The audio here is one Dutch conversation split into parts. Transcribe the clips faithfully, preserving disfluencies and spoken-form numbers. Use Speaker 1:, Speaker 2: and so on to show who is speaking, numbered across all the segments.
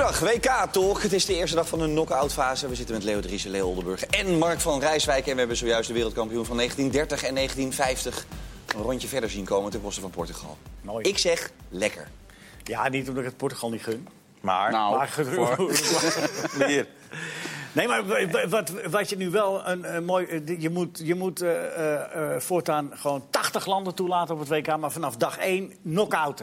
Speaker 1: Goedemiddag, W K-talk. Het is de eerste dag van de knock-out fase. We zitten met Leo Driessen, Leo Oldenburg en Mark van Rijswijk. En we hebben zojuist de wereldkampioen van negentien dertig en negentien vijftig... een rondje verder zien komen ten koste van Portugal.
Speaker 2: Mooi.
Speaker 1: Ik zeg lekker.
Speaker 2: Ja, niet omdat ik het Portugal niet gun.
Speaker 3: Maar,
Speaker 2: Nou, maar
Speaker 3: voor... Hier.
Speaker 2: Nee, maar wat, wat je nu wel een, een mooi... Je moet, je moet uh, uh, voortaan gewoon tachtig landen toelaten op het W K... maar vanaf dag één knock-outen.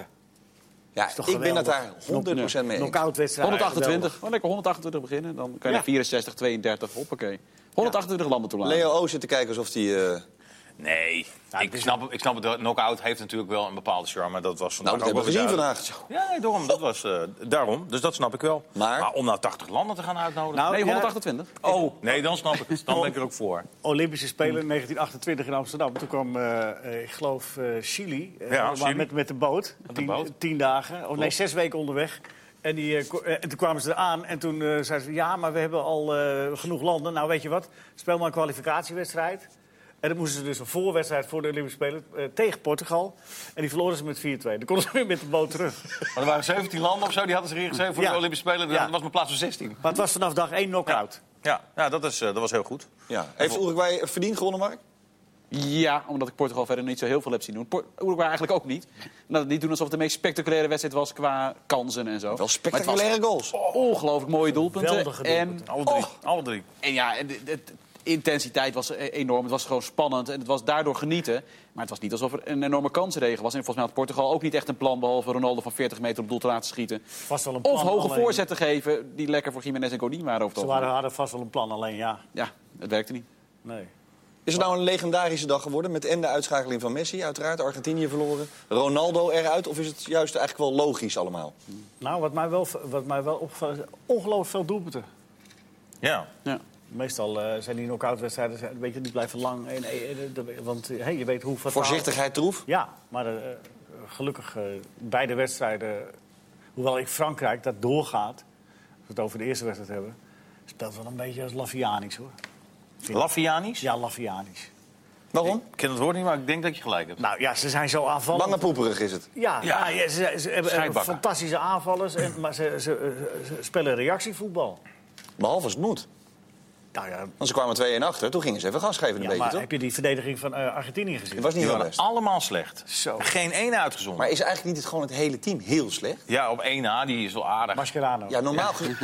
Speaker 1: Ja, ik ben het daar honderd procent mee eens.
Speaker 2: Knock-out wedstrijd.
Speaker 4: honderdachtentwintig. Oh, lekker honderdachentwintig beginnen. Dan kan je naar vierenzestig, tweeëndertig. Hoppakee. honderdachentwintig landen toelaten.
Speaker 1: Leo O zit te kijken alsof hij... Uh...
Speaker 3: Nee, ja, ik, snap, ik snap het. De knock-out heeft natuurlijk wel een bepaalde charme. Dat was vandaag
Speaker 1: nou, dat hebben we gezien vandaag.
Speaker 3: Ja, nee, daarom. Dat was, uh, daarom. Dus dat snap ik wel.
Speaker 1: Maar,
Speaker 3: maar om nou tachtig landen te gaan uitnodigen...
Speaker 2: Nou,
Speaker 4: nee,
Speaker 2: ja,
Speaker 4: honderdachtentwintig.
Speaker 3: Oh, nee, dan snap ik het. Dan ben ik er ook voor.
Speaker 2: Olympische Spelen negentien achtentwintig in Amsterdam. Toen kwam, uh, uh, ik geloof, uh, Chili. Uh,
Speaker 3: ja, Chili.
Speaker 2: Met, met de boot.
Speaker 3: Met de
Speaker 2: tien,
Speaker 3: boot.
Speaker 2: tien dagen. Oh, nee, zes weken onderweg. En, die, uh, uh, en toen kwamen ze eraan en toen uh, zeiden ze... ja, maar we hebben al uh, genoeg landen. Nou, weet je wat? Speel maar een kwalificatiewedstrijd. En dan moesten ze dus een voorwedstrijd voor de Olympische Spelen uh, tegen Portugal. En die verloren ze met vier twee. Dan konden ze weer met de boot terug.
Speaker 3: Maar er waren zeventien landen of zo, die hadden zich ingeschreven voor
Speaker 2: ja.
Speaker 3: de Olympische Spelen. Dat
Speaker 2: Ja.
Speaker 3: was maar plaats van zestien.
Speaker 2: Maar het was vanaf dag één knock-out.
Speaker 3: Ja, ja. ja dat, is, uh, dat was heel goed.
Speaker 1: Ja. Heeft Uruguay verdiend gewonnen, Mark?
Speaker 4: Ja, omdat ik Portugal verder niet zo heel veel heb zien doen. Por- Uruguay eigenlijk ook niet. Nou, niet doen alsof het de meest spectaculaire wedstrijd was qua kansen en zo.
Speaker 1: Wel spectaculaire goals.
Speaker 4: Ongelooflijk mooie doelpunten.
Speaker 2: Geweldige doelpunten.
Speaker 4: En,
Speaker 3: Alle drie.
Speaker 4: oh,
Speaker 3: Alle drie.
Speaker 4: en ja, en de, de, de intensiteit was enorm. Het was gewoon spannend en het was daardoor genieten. Maar het was niet alsof er een enorme kansenregen was. En volgens mij had Portugal ook niet echt een plan... behalve Ronaldo van veertig meter op doel te laten schieten.
Speaker 2: Vast wel een plan,
Speaker 4: Of hoge
Speaker 2: alleen-
Speaker 4: voorzetten geven die lekker voor Gimenez en Godin waren. Over het
Speaker 2: Ze
Speaker 4: algemeen.
Speaker 2: waren, hadden vast wel een plan, alleen ja.
Speaker 4: Ja, het werkte niet.
Speaker 2: Nee.
Speaker 1: Is het nou een legendarische dag geworden met en de uitschakeling van Messi? Uiteraard, Argentinië verloren. Ronaldo eruit? Of is het juist eigenlijk wel logisch allemaal?
Speaker 2: Nou, wat mij wel, wat mij wel opvalt, is ongelooflijk veel doelpunten.
Speaker 3: Ja.
Speaker 4: Ja.
Speaker 2: Meestal uh, zijn die knock-out wedstrijden, zijn- weet je, die blijven lang. En, en, en, want uh, hey, je weet hoe fataal...
Speaker 1: Voorzichtigheid troef?
Speaker 2: Ja, maar uh, gelukkig uh, beide wedstrijden... Hoewel ik Frankrijk, dat doorgaat... als we het over de eerste wedstrijd hebben... speelt wel een beetje als Lafianisch, hoor.
Speaker 3: Lafianisch?
Speaker 2: Ja, Lafianisch.
Speaker 1: Waarom?
Speaker 3: Ik ken het woord niet, maar ik denk dat je gelijk hebt.
Speaker 2: Nou ja, ze zijn zo aanvallend.
Speaker 1: Bangepoeperig is het.
Speaker 2: Ja,
Speaker 3: Ja.
Speaker 2: ja. ja, ze, ze hebben uh,
Speaker 3: Scheidbakken.
Speaker 2: fantastische aanvallers, en, maar ze, ze, uh, ze spelen reactievoetbal.
Speaker 1: Behalve als het moet.
Speaker 2: Nou ja,
Speaker 1: Want ze kwamen twee-een achter, toen gingen ze even gas geven een
Speaker 2: ja
Speaker 1: beetje,
Speaker 2: maar
Speaker 1: toch?
Speaker 2: heb je die verdediging van uh, Argentinië gezien?
Speaker 1: Het was niet
Speaker 3: Die
Speaker 1: heel
Speaker 3: waren
Speaker 1: best.
Speaker 3: allemaal slecht.
Speaker 2: Zo.
Speaker 3: Geen één uitgezonden.
Speaker 1: Maar is eigenlijk niet het, gewoon het hele team heel slecht?
Speaker 3: Ja, op één na, die is wel aardig.
Speaker 2: Mascherano.
Speaker 1: Ja, normaal gezien.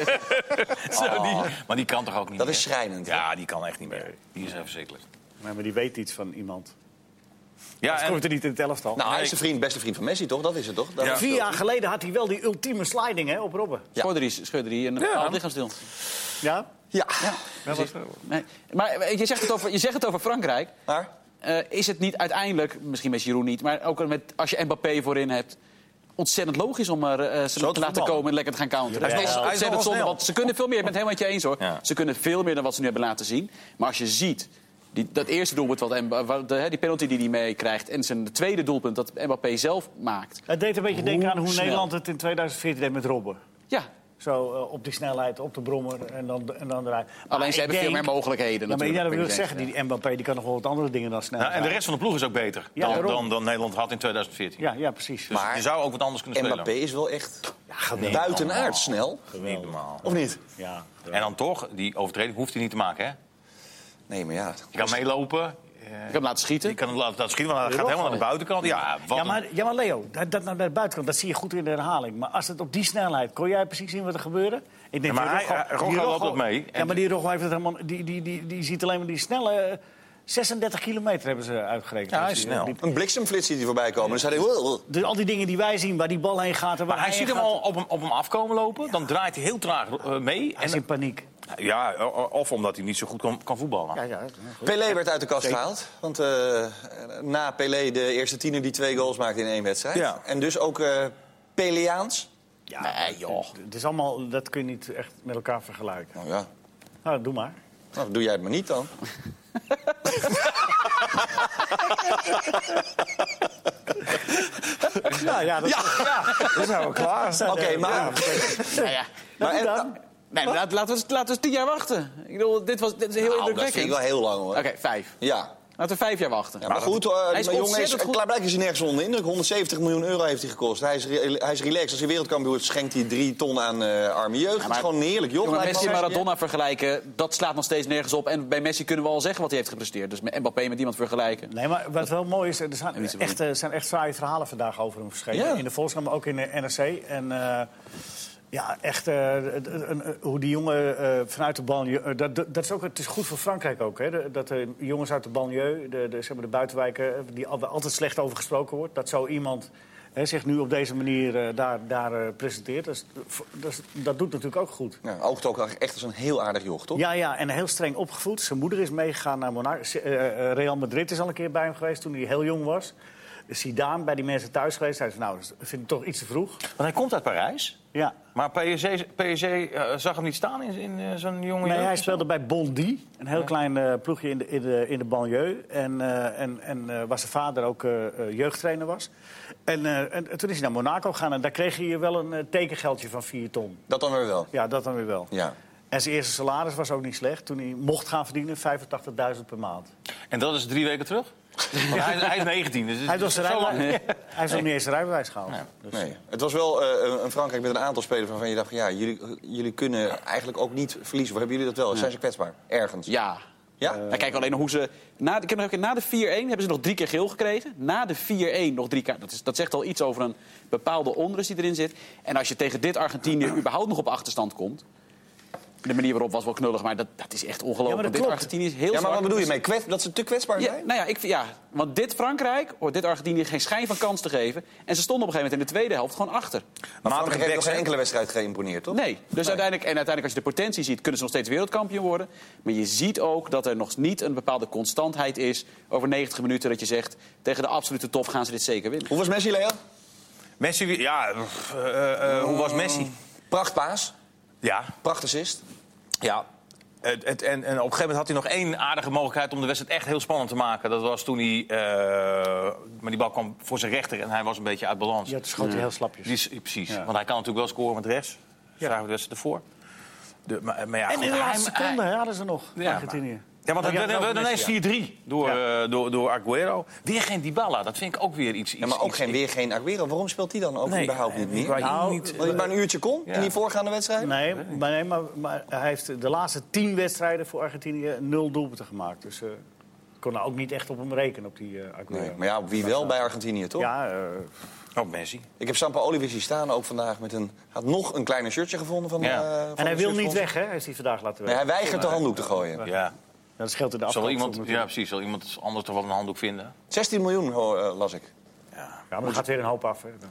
Speaker 3: Zo, die, maar die kan toch ook niet
Speaker 1: Dat
Speaker 3: meer?
Speaker 1: is schrijnend, hè?
Speaker 3: Ja, die kan echt niet meer. Die is even verschrikkelijk.
Speaker 2: Nee, maar die weet iets van iemand.
Speaker 3: Ja,
Speaker 2: Hij
Speaker 3: en,
Speaker 2: komt er niet in het elftal.
Speaker 1: Nou, hij is de vriend, beste vriend van Messi, toch? Dat is het, toch? Dat
Speaker 3: Ja.
Speaker 1: is
Speaker 2: Vier
Speaker 1: het.
Speaker 2: jaar geleden had hij wel die ultieme sliding, hè, op Robben.
Speaker 1: Ja.
Speaker 4: Schudderie, schudderie en
Speaker 3: Ja.
Speaker 4: al lichaamsdeel.
Speaker 2: Ja?
Speaker 1: Ja.
Speaker 2: Dat was...
Speaker 4: Nee. Maar je zegt het over, je zegt het over Frankrijk.
Speaker 1: Maar?
Speaker 4: Uh, is het niet uiteindelijk, misschien met Giroud niet... maar ook met, als je Mbappé voorin hebt... ontzettend logisch om er uh, ze
Speaker 3: Zo
Speaker 4: te
Speaker 3: te
Speaker 4: laten
Speaker 3: voetballen.
Speaker 4: komen en lekker te gaan counteren.
Speaker 2: Ja,
Speaker 4: Dat is
Speaker 2: hij is
Speaker 3: wel
Speaker 4: ontzettend zonde,
Speaker 3: snel.
Speaker 4: want ze kunnen veel meer. Ik ben het helemaal met je eens, hoor.
Speaker 3: Ja.
Speaker 4: Ze kunnen veel meer dan wat ze nu hebben laten zien. Maar als je ziet... Die, dat eerste doelpunt, wat Mba- wat de, die penalty die hij meekrijgt... en zijn tweede doelpunt dat Mbappé zelf maakt.
Speaker 2: Het deed een beetje denken aan hoe
Speaker 4: snel.
Speaker 2: Nederland het in tweeduizend veertien deed met Robben.
Speaker 4: Ja,
Speaker 2: Zo uh, op die snelheid, op de brommer en dan, en dan eruit. Maar
Speaker 4: alleen ze
Speaker 2: ik
Speaker 4: hebben veel
Speaker 2: denk-
Speaker 4: meer mogelijkheden
Speaker 2: Ja, maar
Speaker 4: natuurlijk.
Speaker 2: ja, dat wil ik
Speaker 4: Ben
Speaker 2: zeggen,
Speaker 4: eens,
Speaker 2: die Mbappé die kan nog wel wat andere dingen dan snel.
Speaker 3: nou, en de rest van de ploeg is ook beter
Speaker 2: Ja,
Speaker 3: dan,
Speaker 2: daarom.
Speaker 3: dan, dan Nederland had in tweeduizend veertien.
Speaker 2: Ja, ja, precies.
Speaker 3: Dus
Speaker 1: Maar
Speaker 3: je zou ook wat anders kunnen spelen.
Speaker 1: Mbappé is wel echt
Speaker 2: geweldig.
Speaker 1: buitenaard snel.
Speaker 3: Niet normaal.
Speaker 1: Of niet?
Speaker 2: Ja,
Speaker 3: En dan toch, die overtreding hoeft hij niet te maken, hè?
Speaker 1: Nee, maar ja.
Speaker 3: Je kan meelopen.
Speaker 4: Ik heb hem laten schieten.
Speaker 3: Je kan hem laten, laten schieten, want hij gaat helemaal naar de buitenkant. Ja, wat
Speaker 2: ja,
Speaker 3: een-
Speaker 2: maar, ja, maar Leo, dat, dat naar de buitenkant, dat zie je goed in de herhaling. Maar als het op die snelheid, kon jij precies zien wat er gebeurde? Ik denk,
Speaker 3: Ja, maar
Speaker 2: die
Speaker 3: hij-
Speaker 2: Rocco-
Speaker 3: hij- Rocco
Speaker 2: die
Speaker 3: loopt ook mee.
Speaker 2: Ja, maar die Rocco heeft het helemaal... Die, die, die, die ziet alleen maar die snelle... eh, zesendertig kilometer hebben ze uitgerekend.
Speaker 3: Ja, hij is
Speaker 2: Dus die-
Speaker 3: snel.
Speaker 2: die-
Speaker 1: Een bliksemflits ziet hij voorbij komen. Dan zei hij... "Wow."
Speaker 2: Dus al die dingen die wij zien, waar die bal heen gaat... En waar
Speaker 3: Maar hij
Speaker 2: heen
Speaker 3: ziet hem
Speaker 2: gaat,
Speaker 3: al op hem, op hem afkomen lopen. Dan draait hij heel traag uh, mee.
Speaker 2: Hij is
Speaker 3: En,
Speaker 2: in paniek.
Speaker 3: ja, o- of omdat hij niet zo goed kan, kan voetballen.
Speaker 2: Ja, ja, goed.
Speaker 1: Pelé werd uit de kast gehaald. Want uh, na Pelé de eerste tiener die twee goals maakte in één wedstrijd.
Speaker 3: Ja.
Speaker 1: En dus ook uh, Peleaans.
Speaker 2: Ja,
Speaker 4: Nee, joh.
Speaker 2: Het is allemaal, dat kun je niet echt met elkaar vergelijken.
Speaker 1: Nou ja,
Speaker 2: Nou, doe maar.
Speaker 1: nou, doe jij het maar niet dan.
Speaker 2: Nou ja, dat, ja.
Speaker 3: Dan zijn we klaar.
Speaker 1: Oké, maar...
Speaker 4: Nou ja.
Speaker 1: maar en-
Speaker 2: dan?
Speaker 4: Nee, laat- laten, we, laten we eens tien jaar wachten. Ik bedoel, dit, was, dit is heel
Speaker 1: Nou, dat vind
Speaker 4: indrukwekkend.
Speaker 1: ik wel heel lang, hoor.
Speaker 4: Oké, vijf.
Speaker 1: Ja.
Speaker 4: Laten we vijf jaar wachten.
Speaker 1: Ja, maar goed, uh,
Speaker 4: hij is
Speaker 1: maar jongen is,
Speaker 4: goed.
Speaker 1: klaarblijkelijk is hij nergens onder indruk. honderdzeventig miljoen euro heeft hij gekost. Hij is, hij is relaxed. Als hij wereldkampioen wordt, schenkt hij drie ton aan uh, arme jeugd. Ja, het is gewoon een heerlijk joh.
Speaker 4: Jongen, Messi en Maradona vergelijken, dat slaat nog steeds nergens op. En bij Messi kunnen we al zeggen wat hij heeft gepresteerd. Dus Mbappé met iemand vergelijken.
Speaker 2: Nee, maar wat wel mooi is, er zijn echt, er zijn echt saaie verhalen vandaag over hem verschenen. Ja. In de Volkskrant, maar ook in de N R C. En... Uh, Ja, echt, uh, uh, uh, hoe die jongen uh, vanuit de banlieue... Uh, dat, dat is ook, het is goed voor Frankrijk ook, hè, de, dat de jongens uit de banlieue, de, de, zeg maar de buitenwijken... die altijd slecht over gesproken wordt, dat zo iemand hè, zich nu op deze manier uh, daar, daar uh, presenteert. Dat, is, dat, is, dat doet natuurlijk ook goed.
Speaker 1: Ja, oogt ook echt als een heel aardig joch, toch?
Speaker 2: Ja, ja, en heel streng opgevoed. Zijn moeder is meegegaan naar Monaco. Uh, Real Madrid is al een keer bij hem geweest toen hij heel jong was. Zidane bij die mensen thuis geweest. Hij zei, nou, dat vind ik toch iets te vroeg.
Speaker 3: Want hij komt uit Parijs.
Speaker 2: Ja.
Speaker 3: Maar P S G, P S G uh, zag hem niet staan in, in uh, zo'n jonge
Speaker 2: Nee,
Speaker 3: jeugd,
Speaker 2: hij speelde bij Bondy. Een heel ja. klein uh, ploegje in de, in, de, in de banlieue. En, uh, en, en uh, waar zijn vader ook uh, jeugdtrainer was. En, uh, en, en toen is hij naar Monaco gegaan. En daar kreeg hij wel een uh, tekengeldje van vier ton.
Speaker 1: Dat dan weer wel?
Speaker 2: Ja, dat dan weer wel.
Speaker 1: Ja.
Speaker 2: En zijn eerste salaris was ook niet slecht. Toen hij mocht gaan verdienen, vijfentachtigduizend per maand.
Speaker 3: En dat is drie weken terug? Want hij, hij is negentien, dus
Speaker 2: hij, was rijbewijs, nee. hij heeft nog niet eens een rijbewijs gehaald. Nee.
Speaker 1: Dus. Nee. Het was wel uh, een Frankrijk met een aantal spelers waarvan je dacht... ja, jullie, jullie kunnen eigenlijk ook niet verliezen. Of hebben jullie dat wel? Ja. Zijn ze kwetsbaar? Ergens?
Speaker 4: Ja.
Speaker 1: Ja?
Speaker 4: Uh, kijk alleen nog hoe ze... Na, ik heb nog, na de vier-een hebben ze nog drie keer geel gekregen. Na de vier-een nog drie keer... Dat, is, dat zegt al iets over een bepaalde onrust die erin zit. En als je tegen dit Argentinië überhaupt nog op achterstand komt... De manier waarop was wel knullig, maar dat, dat is echt ongelooflijk.
Speaker 2: Ja,
Speaker 4: dit Argentinië is heel
Speaker 1: Ja, maar wat bedoel je
Speaker 4: mee?
Speaker 1: mee? Dat ze te kwetsbaar zijn?
Speaker 4: Ja, nou ja, ik, ja, want dit Frankrijk hoort dit Argentinië geen schijn van kans te geven. En ze stonden op een gegeven moment in de tweede helft gewoon achter.
Speaker 1: Maar Frankrijk heeft nog geen enkele wedstrijd geïmponeerd, toch?
Speaker 4: Nee, dus nee. Uiteindelijk, en uiteindelijk als je de potentie ziet, kunnen ze nog steeds wereldkampioen worden. Maar je ziet ook dat er nog niet een bepaalde constantheid is over negentig minuten. Dat je zegt, tegen de absolute top gaan ze dit zeker winnen.
Speaker 1: Hoe was Messi, Leo?
Speaker 3: Messi, ja, uh, uh, uh, hoe was Messi?
Speaker 1: Prachtpaas.
Speaker 3: Ja.
Speaker 1: Prachtassist.
Speaker 3: Ja, het, het, en, en op een gegeven moment had hij nog één aardige mogelijkheid om de wedstrijd echt heel spannend te maken. Dat was toen hij... Uh, maar die bal kwam voor zijn rechter en hij was een beetje uit balans.
Speaker 2: Ja, toen schoot hij heel slapjes.
Speaker 3: Die, precies,
Speaker 2: ja.
Speaker 3: Want hij kan natuurlijk wel scoren met rechts. Ja. Zagen we de wedstrijd ervoor. De, maar, maar ja,
Speaker 2: en
Speaker 3: goed,
Speaker 2: in de laatste
Speaker 3: hij,
Speaker 2: seconde
Speaker 3: hij,
Speaker 2: hadden ze nog,
Speaker 3: ja,
Speaker 2: Argentinië.
Speaker 3: Ja, want
Speaker 2: nou,
Speaker 3: we hebben ineens vier drie door,
Speaker 2: ja.
Speaker 3: uh, door, door Agüero. Weer geen Dybala, dat vind ik ook weer iets... iets
Speaker 1: ja, maar ook
Speaker 3: iets,
Speaker 1: geen, weer geen Agüero. Waarom speelt hij dan ook nee, überhaupt niet meer?
Speaker 2: Nou,
Speaker 1: nou, niet, omdat hij maar een uurtje kon ja. in die voorgaande wedstrijd?
Speaker 2: Nee, maar, nee maar, maar hij heeft de laatste tien wedstrijden voor Argentinië nul doelpunten gemaakt. Dus ik uh, kon nou ook niet echt op hem rekenen, op die uh, Agüero. Nee,
Speaker 1: maar ja, op wie wel bij Argentinië, toch?
Speaker 2: Ja, uh,
Speaker 3: ook Messi.
Speaker 1: Ik heb Sampaoli weer zien staan, ook vandaag met een... had nog een kleiner shirtje gevonden van,
Speaker 2: ja.
Speaker 1: uh, van
Speaker 2: en hij wil niet weg, hè? Heeft hij vandaag laten weg.
Speaker 1: Nee, hij weigert de handdoek te gooien.
Speaker 3: Ja.
Speaker 2: Ja, dat scheelt in de afstand.
Speaker 3: Zal iemand, ja, precies. Zal iemand anders toch wel een handdoek vinden?
Speaker 1: zestien miljoen uh, las ik.
Speaker 2: Ja, ja, maar er gaat weer een hoop af. Hè.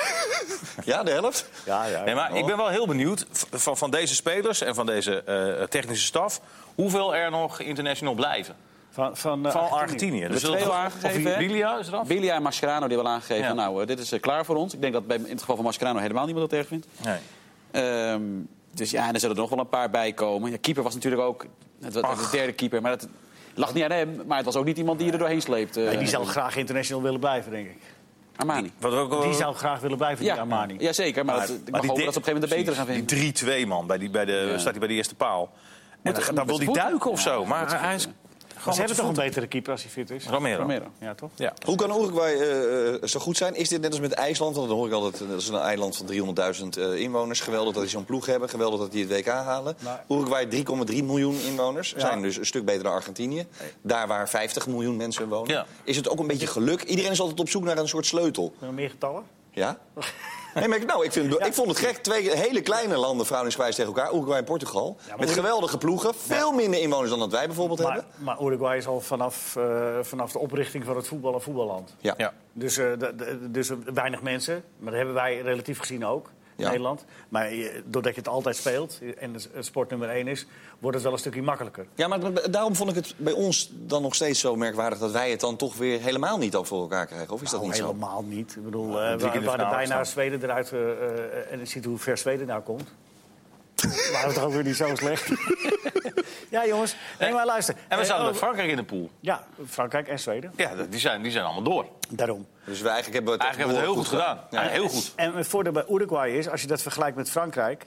Speaker 1: Ja, de helft?
Speaker 2: Ja, ja.
Speaker 3: Nee, maar ik ben wel heel benieuwd van, van deze spelers en van deze uh, technische staf... hoeveel er nog international blijven.
Speaker 2: Van, van, uh,
Speaker 3: van
Speaker 2: Argentinië.
Speaker 3: Argentinië.
Speaker 4: Dus twee al aangegeven.
Speaker 3: Bilia is eraf?
Speaker 4: Bilia en Mascherano die hebben al aangegeven.
Speaker 3: Ja.
Speaker 4: Nou, uh, dit is uh, klaar voor ons. Ik denk dat bij, in het geval van Mascherano helemaal niemand dat erg vindt.
Speaker 3: Nee.
Speaker 4: Um, dus ja, en er zullen er nog wel een paar bij komen. Ja, keeper was natuurlijk ook het, het, de derde keeper. Maar dat lag niet aan hem. Maar het was ook niet iemand die je er doorheen sleept. Uh,
Speaker 2: nee, die zou graag international willen blijven, denk ik.
Speaker 4: Armani.
Speaker 3: Wat ook, uh,
Speaker 2: die zou graag willen blijven,
Speaker 4: ja,
Speaker 2: die Armani.
Speaker 4: Ja, zeker. Maar, maar, dat, ik mag hopen dat ze op een gegeven moment de betere gaan vinden.
Speaker 3: Die drie twee man, bij die, bij de, ja. staat hij bij de eerste paal. En dan, dan wil hij duiken of zo. Ja, maar hij is...
Speaker 2: Maar ze hebben toch een betere keeper als hij fit is?
Speaker 3: Romero.
Speaker 4: Romero.
Speaker 2: Ja, toch?
Speaker 1: Ja. Hoe kan Uruguay uh, zo goed zijn? Is dit net als met IJsland? Want dan hoor ik altijd, dat is een eiland van driehonderdduizend uh, inwoners. Geweldig dat die zo'n ploeg hebben. Geweldig dat die het W K halen. Maar... Uruguay drie komma drie miljoen inwoners. Ja. Zijn dus een stuk beter dan Argentinië. Nee. Daar waar vijftig miljoen mensen wonen. Ja. Is het ook een beetje geluk? Iedereen is altijd op zoek naar een soort sleutel.
Speaker 2: Nog meer getallen?
Speaker 1: Ja? Nee, maar ik, nou, ik, vind, ja. ik vond het gek. Twee hele kleine landen, verhoudingsgewijs tegen elkaar. Uruguay en Portugal. Ja, met geweldige ploegen. Veel ja. minder inwoners dan dat wij bijvoorbeeld
Speaker 2: maar,
Speaker 1: hebben.
Speaker 2: Maar Uruguay is al vanaf, uh, vanaf de oprichting van het voetbal een voetballand.
Speaker 1: Ja. Ja.
Speaker 2: Dus, uh, de, de, dus weinig mensen. Maar dat hebben wij relatief gezien ook. In ja. Nederland. Maar je, doordat je het altijd speelt en het sport nummer één is, wordt het wel een stukje makkelijker.
Speaker 1: Ja, maar daarom vond ik het bij ons dan nog steeds zo merkwaardig dat wij het dan toch weer helemaal niet over elkaar krijgen. Of is dat
Speaker 2: nou,
Speaker 1: niet
Speaker 2: helemaal
Speaker 1: zo?
Speaker 2: Helemaal niet. Ik bedoel, uh, we waren bijna Zweden eruit uh, uh, en je ziet hoe ver Zweden nou komt. Maar het is ook weer niet zo slecht. Ja, jongens. Nee, maar luister.
Speaker 3: En we zaten uh, met Frankrijk in de pool.
Speaker 2: Ja, Frankrijk en Zweden.
Speaker 3: Ja, die zijn, die zijn allemaal door.
Speaker 2: Daarom.
Speaker 1: Dus we eigenlijk hebben we het,
Speaker 3: eigenlijk hebben we het heel goed gedaan. gedaan. Ja,
Speaker 2: en,
Speaker 3: heel goed.
Speaker 2: En het voordeel bij Uruguay is, als je dat vergelijkt met Frankrijk,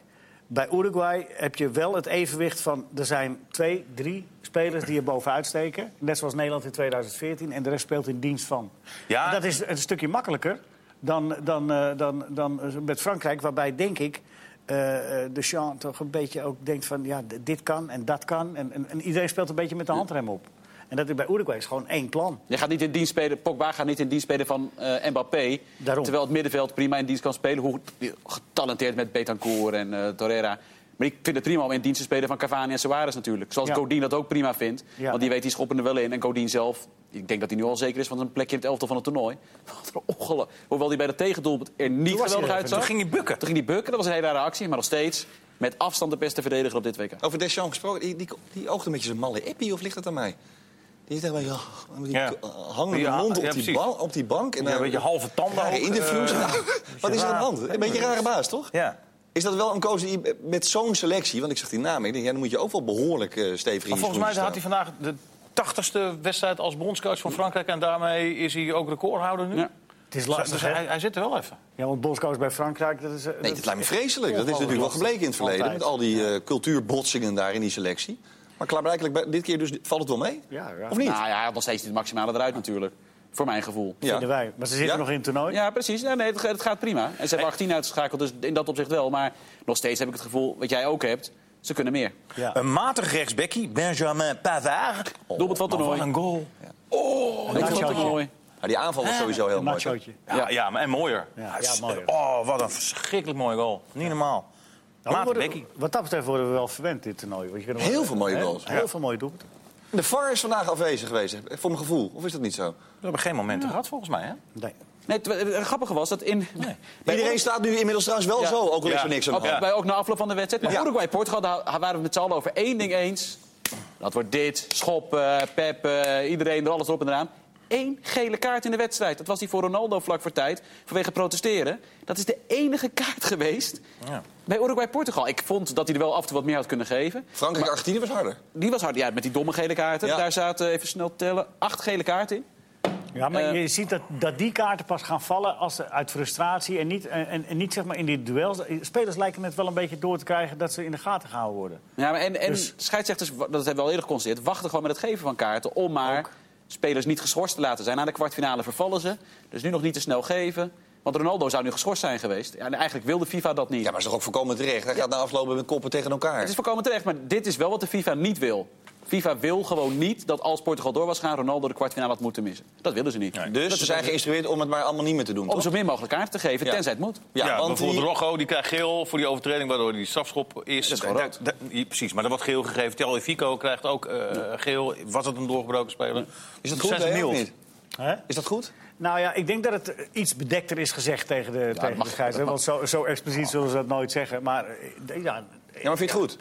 Speaker 2: Bij Uruguay heb je wel het evenwicht van... er zijn twee, drie spelers die er bovenuit steken. Net zoals Nederland in tweeduizend veertien. En de rest speelt in dienst van.
Speaker 3: Ja.
Speaker 2: En dat is een stukje makkelijker dan, dan, uh, dan, dan met Frankrijk. Waarbij, denk ik, uh, Deschamps toch een beetje ook denkt van... ja, dit kan en dat kan. En, en, en iedereen speelt een beetje met de handrem op. En dat is bij Uruguay is gewoon één plan.
Speaker 4: Je gaat niet in dienst spelen, Pogba gaat niet in dienst spelen van uh, Mbappé.
Speaker 2: Daarom.
Speaker 4: Terwijl het middenveld prima in dienst kan spelen. Hoe getalenteerd met Betancourt en uh, Torreira. Maar ik vind het prima om in dienst te spelen van Cavani en Suarez natuurlijk. Zoals
Speaker 2: Ja.
Speaker 4: Godin dat ook prima vindt.
Speaker 2: Ja.
Speaker 4: Want die weet, die schoppen er wel in. En Godin zelf, ik denk dat hij nu al zeker is van een plekje in het elftal van het toernooi. Wat een ongeluk. Hoewel hij bij de tegendoelpunt er niet
Speaker 2: was hij
Speaker 4: geweldig
Speaker 2: er
Speaker 4: uitzag.
Speaker 3: Toen ging hij bukken.
Speaker 4: Toen ging hij bukken, dat was een hele rare actie. Maar nog steeds met afstand de beste verdediger op dit W K.
Speaker 1: Over Deschamps gesproken, die, die, die oogt een beetje zijn malle eppie, of ligt dat aan mij? Die zegt wel, ja, die
Speaker 3: Ja.
Speaker 1: hangende
Speaker 3: Ja,
Speaker 1: mond op,
Speaker 3: ja,
Speaker 1: die
Speaker 3: precies.
Speaker 1: ban- op die bank. En
Speaker 3: Ja, een
Speaker 1: dan-
Speaker 3: beetje halve tanden
Speaker 1: rare
Speaker 3: ook,
Speaker 1: interviews.
Speaker 3: eh,
Speaker 1: Nou, wat is er aan de hand? Een beetje een rare baas, toch?
Speaker 3: Ja.
Speaker 1: Is dat wel een coach die met zo'n selectie... want ik zeg die naam, ik denk, ja, dan moet je ook wel behoorlijk uh, stevig in
Speaker 3: Maar
Speaker 1: je
Speaker 3: volgens mij
Speaker 1: schoentjes
Speaker 3: had hij
Speaker 1: staan.
Speaker 3: vandaag de tachtigste wedstrijd als bondscoach van Frankrijk. En daarmee is hij ook recordhouder nu.
Speaker 4: Ja.
Speaker 2: Het is
Speaker 3: Dus
Speaker 2: lastig,
Speaker 3: hij,
Speaker 2: hè?
Speaker 3: hij zit er wel even.
Speaker 2: Ja, want bondscoach bij Frankrijk... Dat is, uh,
Speaker 1: Nee, dat lijkt me vreselijk. Dat is natuurlijk wel gebleken in het verleden...
Speaker 2: Altijd.
Speaker 1: met al die uh, cultuurbotsingen daar in die selectie. Maar klaarblijkelijk, bij- dit keer dus valt het wel mee?
Speaker 2: Ja, ja.
Speaker 1: Of niet?
Speaker 4: Nou ja, hij had nog steeds niet het maximale eruit natuurlijk. Voor mijn gevoel.
Speaker 1: Ja.
Speaker 2: Vinden wij. Maar ze zitten
Speaker 1: Ja?
Speaker 2: nog in het toernooi.
Speaker 4: Ja, precies. Nee, nee, het, het gaat prima. En ze hebben achttien uitgeschakeld, dus in dat opzicht wel. Maar nog steeds heb ik het gevoel, wat jij ook hebt, ze kunnen meer.
Speaker 2: Ja.
Speaker 3: Een matig rechtsbekkie, Benjamin Pavard.
Speaker 4: Doelpunt van het
Speaker 3: Maar wat
Speaker 4: toernooi.
Speaker 3: een goal.
Speaker 4: Doelpunt van het toernooi.
Speaker 1: Maar die aanval was sowieso heel
Speaker 2: Een
Speaker 1: mooi.
Speaker 2: machootje.
Speaker 3: Ja, ja, maar en mooier.
Speaker 2: Ja,
Speaker 3: Hij
Speaker 2: ja,
Speaker 3: is-
Speaker 2: mooier.
Speaker 3: Oh, wat een verschrikkelijk mooie goal. Niet normaal.
Speaker 2: Nou, we
Speaker 3: Matig
Speaker 2: worden-
Speaker 3: bekkie.
Speaker 2: wat dat betreft worden we wel verwend, dit toernooi. Want je kunt nog
Speaker 1: Heel
Speaker 2: wel-
Speaker 1: veel mooie
Speaker 2: hè?
Speaker 1: goals.
Speaker 2: Heel veel mooie doelpunten.
Speaker 1: De V A R is vandaag afwezig geweest, voor mijn gevoel. Of is dat niet zo?
Speaker 3: We hebben geen momenten gehad volgens mij, hè?
Speaker 2: Nee.
Speaker 4: Nee, het, het grappige was dat in... Bij
Speaker 1: Iedereen staat nu inmiddels trouwens wel
Speaker 4: Ja.
Speaker 1: zo, ook al is
Speaker 3: Ja.
Speaker 1: er niks aan de
Speaker 4: Ook,
Speaker 1: hand.
Speaker 3: Ja.
Speaker 4: bij, ook na afloop van de wedstrijd. Maar
Speaker 1: Ja.
Speaker 4: Uruguay-Portugal, daar waren we het met z'n allen over één ding eens. Dat wordt dit, schoppen, peppen, iedereen er alles erop en eraan. Eén gele kaart in de wedstrijd. Dat was die voor Ronaldo vlak voor tijd, vanwege protesteren. Dat is de enige kaart geweest
Speaker 3: Ja.
Speaker 4: bij Uruguay-Portugal. Ik vond dat hij er wel af en toe wat meer had kunnen geven.
Speaker 1: Frankrijk-Argentinië was harder.
Speaker 4: Die was hard, ja, met die domme gele kaarten.
Speaker 1: Ja.
Speaker 4: Daar zaten, even snel tellen, acht gele kaarten in.
Speaker 2: Ja, maar
Speaker 4: Eh.
Speaker 2: je ziet dat, dat die kaarten pas gaan vallen als ze uit frustratie... en niet, en, en niet zeg maar in die duels... Spelers lijken het wel een beetje door te krijgen dat ze in de gaten gehouden worden.
Speaker 4: Ja, maar en, en
Speaker 2: Dus-
Speaker 4: scheidsrechters, dat hebben we al eerder geconstateerd, wachten gewoon met het geven van kaarten om maar spelers niet geschorst te laten zijn. Na de kwartfinale vervallen ze, dus nu nog niet te snel geven. Want Ronaldo zou nu geschorst zijn geweest. Ja, en eigenlijk wilde FIFA dat niet.
Speaker 1: Ja, maar is toch ook voorkomen terecht? Hij gaat na aflopen met koppen tegen elkaar.
Speaker 4: Het is voorkomen terecht, maar dit is wel wat de FIFA niet wil. FIFA wil gewoon niet dat als Portugal door was gaan, Ronaldo de kwartfinale had moeten missen. Dat willen ze niet.
Speaker 1: Dus ze zijn geïnstrueerd om het maar allemaal niet meer te doen,
Speaker 4: Om
Speaker 1: toch?
Speaker 4: zo min mogelijk kaarten te geven,
Speaker 1: Ja.
Speaker 4: tenzij het moet.
Speaker 3: Ja,
Speaker 1: want
Speaker 3: bijvoorbeeld
Speaker 1: die-
Speaker 3: Rocco, die krijgt geel voor die overtreding... waardoor die strafschop is.
Speaker 4: Dat is gewoon
Speaker 3: Da-
Speaker 4: rood.
Speaker 3: da- ja, precies, maar er wordt geel gegeven. Telly Fico krijgt ook eh, geel. Was het een doorgebroken speler?
Speaker 1: Is dat goed,
Speaker 3: Zes
Speaker 1: hè, of
Speaker 3: mild.
Speaker 1: niet?
Speaker 2: Hè?
Speaker 1: Is dat goed?
Speaker 2: Nou ja, ik denk dat het iets bedekter is gezegd tegen de, tegen
Speaker 4: mag-
Speaker 2: de scheidsrechter. Want zo, zo expliciet zullen ze dat nooit zeggen. Maar eh, ja,
Speaker 1: Ja, maar vind je het goed?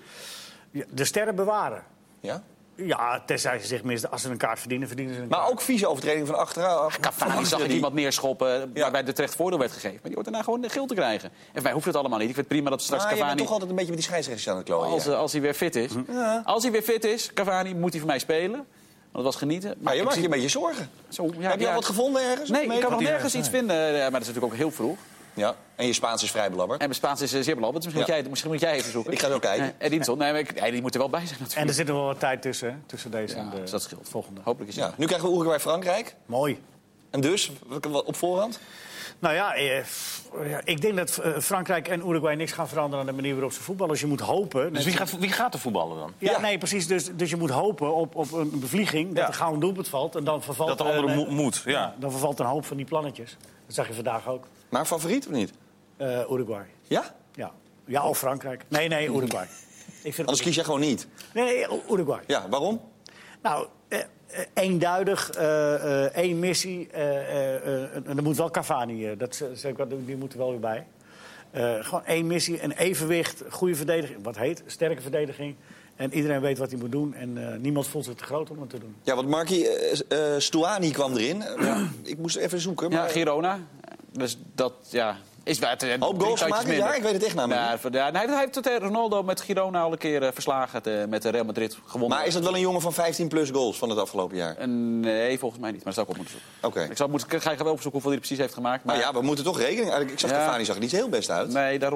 Speaker 2: de sterren bewaren.
Speaker 1: Ja?
Speaker 2: Ja, tenzij ze zich mis, als ze een kaart verdienen, verdienen ze een
Speaker 1: Maar
Speaker 2: kaart.
Speaker 1: ook vieze overtredingen van achteraf.
Speaker 4: Cavani zag ik iemand neerschoppen waarbij de terecht voordeel werd gegeven. Maar die wordt daarna gewoon geel te krijgen. En voor mij hoeft het allemaal niet. Ik vind het prima dat straks
Speaker 1: Maar je bent
Speaker 4: Cavani...
Speaker 1: toch altijd een beetje met die scheidsrechters aan het klooien.
Speaker 4: Als,
Speaker 1: ja.
Speaker 4: eh, als hij weer fit is. Als hij weer fit is, Cavani, moet hij voor mij spelen. Want dat was genieten.
Speaker 1: Maar je
Speaker 4: ik
Speaker 1: maakt je
Speaker 4: zie-
Speaker 1: een beetje zorgen.
Speaker 4: Zo, ja,
Speaker 1: Heb je
Speaker 4: ja.
Speaker 1: al wat gevonden ergens?
Speaker 4: Nee, ik kan nog
Speaker 1: Mee-
Speaker 4: nergens iets vinden. Ja, maar dat is natuurlijk ook heel vroeg.
Speaker 1: Ja, en je Spaans is vrij belabberd.
Speaker 4: En mijn Spaans is eh, zeer belabberd. Dus misschien,
Speaker 1: Ja.
Speaker 4: moet jij, misschien moet jij even zoeken.
Speaker 1: Ik ga wel kijken.
Speaker 4: Eh, Edinson, nee, maar ik, nee, die moet er wel bij zijn
Speaker 2: En er
Speaker 4: natuurlijk.
Speaker 2: zit nog wel wat tijd tussen, hè, tussen deze en de
Speaker 4: dus dat scheelt.
Speaker 2: volgende.
Speaker 4: Hopelijk is het.
Speaker 1: Ja. Nu krijgen we Uruguay-Frankrijk.
Speaker 2: Mooi.
Speaker 1: En dus, wat op voorhand?
Speaker 2: Nou ja, eh, f- ja, ik denk dat eh, Frankrijk en Uruguay niks gaan veranderen aan de manier waarop ze voetballen. Dus je moet hopen...
Speaker 3: Dus wie gaat, wie gaat er voetballen dan?
Speaker 2: Ja,
Speaker 1: Ja.
Speaker 2: nee, precies. Dus, dus je moet hopen op, op een bevlieging, dat
Speaker 3: Ja.
Speaker 2: er gauw een doelpunt valt. En dan vervalt,
Speaker 3: Dat de andere
Speaker 2: eh,
Speaker 3: mo- moet, ja.
Speaker 2: Dan vervalt een hoop van die plannetjes. Dat zag je vandaag ook.
Speaker 1: Maar favoriet of niet?
Speaker 2: Eh, Uruguay.
Speaker 1: Ja?
Speaker 2: Ja. Ja, of Frankrijk. Nee, nee, Uruguay. Ik vind
Speaker 1: Anders kies je gewoon niet.
Speaker 2: Nee, nee, Uruguay.
Speaker 1: Ja, waarom?
Speaker 2: Nou, eh, eh, eenduidig, eh, eh, één missie. eh, eh, eh, en er moet wel Cavani, eh, dat, zeg ik wel, die moet er wel weer bij. Eh, gewoon één missie, een evenwicht, goede verdediging. Wat heet, sterke verdediging. En iedereen weet wat hij moet doen. En uh, niemand voelt zich te groot om het te doen.
Speaker 1: Ja, want Marky, uh, uh, Stuani kwam erin. Ja. Ik moest even zoeken. Maar...
Speaker 4: Ja, Girona. Dus dat, ja... Is het, het,
Speaker 1: Hoop goals gemaakt dit jaar? Ik weet het echt namelijk
Speaker 4: ja,
Speaker 1: niet.
Speaker 4: voor- ja, hij, hij heeft het, eh, Ronaldo met Girona al een keer eh, verslagen. Het, met de Real Madrid gewonnen.
Speaker 1: Maar is dat wel een jongen van vijftien plus goals van het afgelopen jaar? Oké.
Speaker 4: En, nee, volgens mij niet. Maar dat zou ik op moeten zoeken. Ik, zal, moet, ik ga wel opzoeken hoeveel hij precies heeft gemaakt.
Speaker 1: Maar
Speaker 4: Maar
Speaker 1: ja, we moeten toch rekening... Eigenlijk, ik zag
Speaker 4: Ja.
Speaker 1: Cavani zag er niet heel best uit.
Speaker 4: nee, daarom.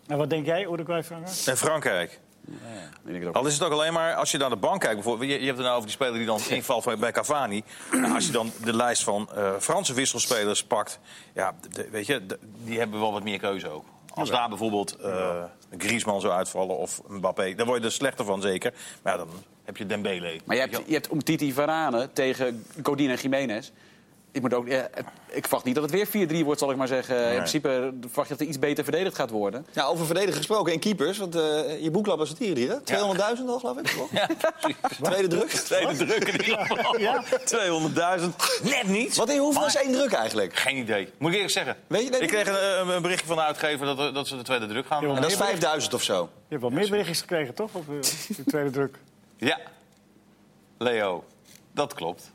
Speaker 2: En wat denk jij, Uruguay, Frankrijk?
Speaker 3: En Frankrijk.
Speaker 4: Ja,
Speaker 3: Al is het ook alleen maar, als je naar de bank kijkt... bijvoorbeeld, je, je hebt het nou over die speler die dan invalt bij Cavani. Nou, als je dan de lijst van uh, Franse wisselspelers pakt... ja, de, weet je, de, die hebben wel wat meer keuze ook. Als daar bijvoorbeeld uh, Griezmann zou uitvallen of Mbappé... dan word je er slechter van, zeker. Maar ja, dan heb je Dembele.
Speaker 4: Maar je hebt, je hebt Umtiti Varane tegen Godin en Jiménez... Ik, moet ook, ja, ik verwacht niet dat het weer vier drie wordt, zal ik maar zeggen. Nee. In principe verwacht je dat er iets beter verdedigd gaat worden.
Speaker 1: Ja, over verdedigen gesproken en keepers. Want uh, je boekklap is het hier, hier hè? tweehonderdduizend al, geloof ik.
Speaker 3: Ja,
Speaker 1: tweede druk.
Speaker 3: Tweede druk in ieder geval. Ja. tweehonderdduizend. Net niet.
Speaker 1: Wat in hoeveel is één druk eigenlijk?
Speaker 3: Geen idee. Moet ik eerlijk zeggen.
Speaker 1: Weet je, weet
Speaker 3: ik kreeg een, een berichtje van de uitgever dat, dat ze de tweede druk gaan.
Speaker 1: En dat is vijfduizend of zo.
Speaker 2: Je hebt wel meer berichtjes gekregen, toch? Op de tweede druk.
Speaker 3: Ja. Leo, dat klopt.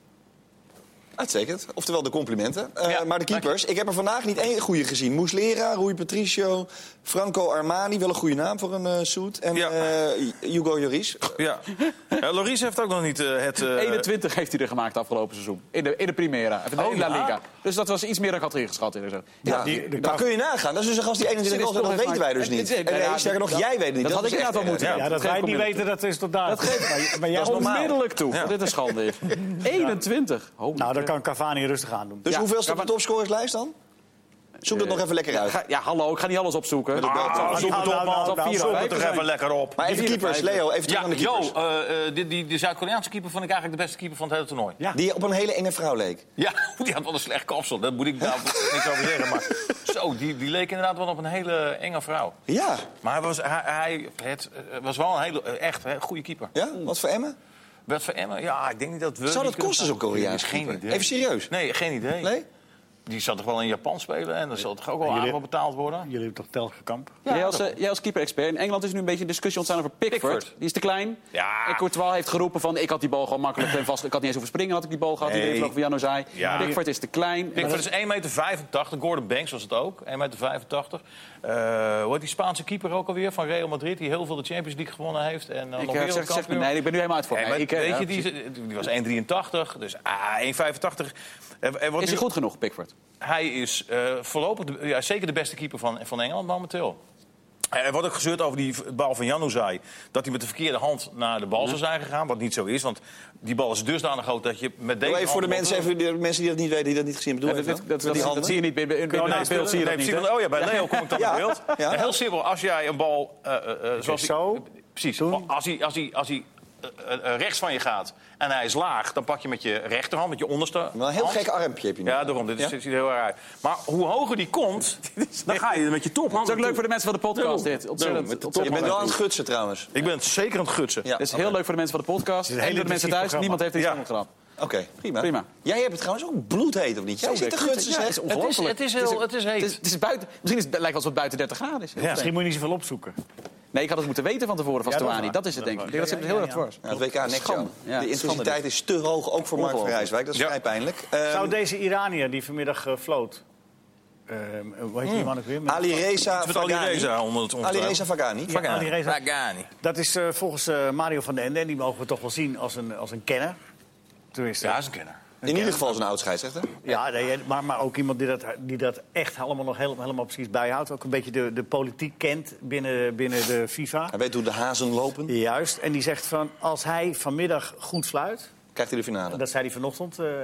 Speaker 1: Uitstekend. Oftewel de complimenten. Uh,
Speaker 3: Ja,
Speaker 1: maar de keepers, ik heb er vandaag niet één goede gezien. Muslera, Rui Patricio, Franco Armani. Wel een goede naam voor een uh, suit. En
Speaker 3: Ja.
Speaker 1: uh, Hugo Lloris.
Speaker 3: Ja. ja Lloris heeft ook nog niet uh, het... Uh...
Speaker 4: eenentwintig heeft hij er gemaakt afgelopen seizoen. In de, in de Primera. In de
Speaker 3: Oh,
Speaker 4: La
Speaker 3: ja.
Speaker 4: Liga. Dus dat was iets meer dan ik had ingeschat.
Speaker 1: Ja,
Speaker 4: Ja,
Speaker 1: die,
Speaker 2: de-
Speaker 1: daar kun je nagaan. Dat is dus een gast die eenentwintig
Speaker 4: Dit is
Speaker 1: was. Dat
Speaker 4: toch
Speaker 1: weten wij dus
Speaker 4: even-
Speaker 1: niet.
Speaker 4: Het is-
Speaker 1: En nee,
Speaker 4: ja,
Speaker 1: sterker nog,
Speaker 4: dat-
Speaker 1: jij weet het niet.
Speaker 4: dat had
Speaker 1: is
Speaker 4: ik inderdaad
Speaker 1: echt,
Speaker 4: wel moeten
Speaker 1: uh,
Speaker 2: Ja,
Speaker 4: Ja,
Speaker 2: dat
Speaker 4: geef
Speaker 2: wij
Speaker 4: ik
Speaker 2: niet
Speaker 4: om
Speaker 2: weten, dat is tot daar.
Speaker 4: Dat geeft
Speaker 2: maar, maar jij
Speaker 1: Dat is normaal.
Speaker 4: onmiddellijk toe.
Speaker 3: Ja.
Speaker 4: Dat dit een schande is. eenentwintig. Holy
Speaker 2: Nou, dan
Speaker 4: crap.
Speaker 2: kan Cavani rustig aan doen.
Speaker 1: Dus
Speaker 4: Ja.
Speaker 1: hoeveel staat
Speaker 4: Ja,
Speaker 1: op de topscorerslijst dan? Zoek dat nog even lekker uit.
Speaker 4: Ga- Ja, hallo, ik ga niet alles opzoeken.
Speaker 1: Met de
Speaker 3: Ah,
Speaker 1: bel-
Speaker 3: zoek het op,
Speaker 2: nou,
Speaker 3: man.
Speaker 2: nou, nou,
Speaker 3: Zoek
Speaker 4: nou,
Speaker 3: het toch
Speaker 4: nou,
Speaker 3: even lekker op.
Speaker 1: Maar even keepers, Leo, even terug
Speaker 3: Ja,
Speaker 1: aan de
Speaker 3: Jo,
Speaker 1: keepers.
Speaker 3: uh, uh, die, die, die Zuid-Koreaanse keeper vond ik eigenlijk de beste keeper van het hele toernooi.
Speaker 2: Ja.
Speaker 1: Die op een hele enge vrouw leek.
Speaker 3: Ja, die had wel een slecht kapsel. Daar moet ik nou niks over zeggen. Maar zo, die, die leek inderdaad wel op een hele enge vrouw.
Speaker 1: Ja.
Speaker 3: Maar hij was, hij, hij het, uh, was wel een hele, uh, echt hè, goede keeper.
Speaker 1: Ja? Wat voor Emmen?
Speaker 3: Wat voor Emmen? Ja, ik denk niet dat we...
Speaker 1: Zou dat
Speaker 3: die
Speaker 1: kosten, zo'n
Speaker 3: kunnen-
Speaker 1: Koreaans
Speaker 3: Geen
Speaker 1: keeper?
Speaker 3: idee.
Speaker 1: Even serieus?
Speaker 3: Nee, geen idee.
Speaker 1: Nee?
Speaker 3: Die zat toch wel in Japan spelen en dan zal toch ook wel
Speaker 2: jullie-
Speaker 3: aardig wel betaald worden?
Speaker 2: Jullie hebben toch Telgekamp?
Speaker 4: jij, als, uh, jij als keeper-expert. In Engeland is nu een beetje een discussie ontstaan over Pickford.
Speaker 3: Pickford.
Speaker 4: Die is te klein.
Speaker 3: Ja.
Speaker 4: En Courtois heeft geroepen van... ik had die bal gewoon makkelijk en vast... ik had niet eens hoeven springen, had ik die bal gehad.
Speaker 3: Nee.
Speaker 4: Iedereen van Jano zei.
Speaker 3: Ja.
Speaker 4: Pickford is te klein.
Speaker 3: Pickford is één meter vijfentachtig. Gordon Banks was het ook. één meter vijfentachtig. Uh, hoe heet die Spaanse keeper ook alweer van Real Madrid... die heel veel de Champions League gewonnen heeft. En, uh,
Speaker 4: Ik
Speaker 3: nog
Speaker 4: uh, zeg, zeg me,
Speaker 3: wereldkampioen.
Speaker 4: nee, ik ben nu helemaal uit voor
Speaker 3: Nee,
Speaker 4: mij.
Speaker 3: maar
Speaker 4: Ik, uh,
Speaker 3: weet
Speaker 4: ja,
Speaker 3: je, die, die was één drieëntachtig. Dus ah, één vijfentachtig. Er, er wordt
Speaker 4: is
Speaker 3: nu-
Speaker 4: hij goed genoeg, Pickford?
Speaker 3: Hij is uh, voorlopig de, ja, zeker de beste keeper van, van Engeland momenteel. Er wordt ook gezeurd over die bal van Januzaj. Dat hij met de verkeerde hand naar de bal zou zijn gegaan. Wat niet zo is, want die bal is dusdanig groot dat je met deze
Speaker 1: Doe even voor de
Speaker 3: hand-
Speaker 1: mensen, even de mensen die dat niet weten, die dat niet gezien hebben.
Speaker 4: Ja,
Speaker 1: Doe
Speaker 4: dat,
Speaker 1: even.
Speaker 4: dat, dat,
Speaker 1: Met die
Speaker 4: dat,
Speaker 1: handen.
Speaker 4: zie je niet. Binnen, binnen
Speaker 3: Nee,
Speaker 4: het beeld zie je dat
Speaker 3: nee,
Speaker 4: niet.
Speaker 3: precies.
Speaker 4: hè?
Speaker 3: Oh ja, bij Leo kom ik dan
Speaker 1: Ja.
Speaker 3: in beeld.
Speaker 1: Ja.
Speaker 3: Heel simpel, als jij een bal... uh, uh, uh, zoals
Speaker 2: zo
Speaker 3: die, precies,
Speaker 2: doen.
Speaker 3: als hij, als hij, als hij uh, uh, rechts van je gaat en hij is laag... dan pak je met je rechterhand, met je onderste
Speaker 1: Wel een heel
Speaker 3: hand.
Speaker 1: gek armpje heb je nu.
Speaker 3: Ja, daarom. Dit is-
Speaker 1: Ja?
Speaker 3: ziet er heel erg uit. Maar hoe hoger die komt, dan ga je er met je tophand.
Speaker 4: Het is ook leuk voor de mensen van de podcast, dit. Ontzettend,
Speaker 3: Met de
Speaker 4: ontzettend
Speaker 1: Je bent
Speaker 4: leuk.
Speaker 1: wel aan het gutsen trouwens.
Speaker 3: Ik ben zeker aan het gutsen.
Speaker 1: Ja.
Speaker 4: Het is heel leuk voor de mensen van de podcast.
Speaker 2: een
Speaker 4: En
Speaker 2: hele
Speaker 4: voor de mensen thuis.
Speaker 2: intensief
Speaker 4: Niemand heeft iets
Speaker 3: Ja.
Speaker 4: anders gedaan.
Speaker 1: Oké, prima.
Speaker 4: Prima.
Speaker 1: Jij hebt het trouwens ook bloedheet, of niet? Jij zit te gutsen,
Speaker 4: Ja,
Speaker 1: zeg.
Speaker 4: het is
Speaker 3: Het is,
Speaker 4: ongelooflijk.
Speaker 3: het is heel, het is heet.
Speaker 4: Het is, het is buiten, misschien is het, lijkt wel alsof het buiten dertig graden is.
Speaker 3: Ja.
Speaker 2: Misschien moet je niet zoveel opzoeken.
Speaker 4: Nee, ik had het moeten weten van tevoren van
Speaker 2: Ja, dat is
Speaker 4: Stuani.
Speaker 2: waar.
Speaker 4: Dat is het,
Speaker 2: Dat
Speaker 4: denk ik.
Speaker 2: is
Speaker 4: Ik denk dat ze
Speaker 2: waar.
Speaker 4: het heel
Speaker 2: Ja,
Speaker 4: erg
Speaker 2: ja,
Speaker 4: dwars.
Speaker 1: Ja, het W K nek
Speaker 4: Schande.
Speaker 1: zo.
Speaker 4: Ja,
Speaker 1: De intensiteit
Speaker 4: schande.
Speaker 1: is te hoog, ook voor Mark van
Speaker 4: Ongelooflijk.
Speaker 1: Rijswijk. Dat is
Speaker 3: Ja.
Speaker 1: vrij pijnlijk. Ehm,
Speaker 2: Zou deze Iranier die vanmiddag uh, floot... Uh, hoe heet die man ook weer? Met-
Speaker 1: Ali Reza
Speaker 3: Met Ali
Speaker 1: Fagani.
Speaker 3: Reza onder het
Speaker 1: Ali Reza Fagani.
Speaker 2: Ja, Ali Reza.
Speaker 3: Fagani.
Speaker 2: Dat is uh, volgens uh, Mario van den Ende, en die mogen we toch wel zien als een, als een kenner. Tenminste,
Speaker 3: Ja, dat is een kenner.
Speaker 1: In ieder geval zijn oud scheidsrechter.
Speaker 2: Ja, nee, maar, maar ook iemand die dat, die dat echt allemaal nog helemaal, helemaal precies bijhoudt. Ook een beetje de, de politiek kent binnen, binnen de FIFA.
Speaker 1: Hij weet hoe de hazen lopen.
Speaker 2: Juist, en die zegt van, als hij vanmiddag goed fluit...
Speaker 1: Krijgt hij de finale.
Speaker 2: Dat zei hij vanochtend. Uh, uh,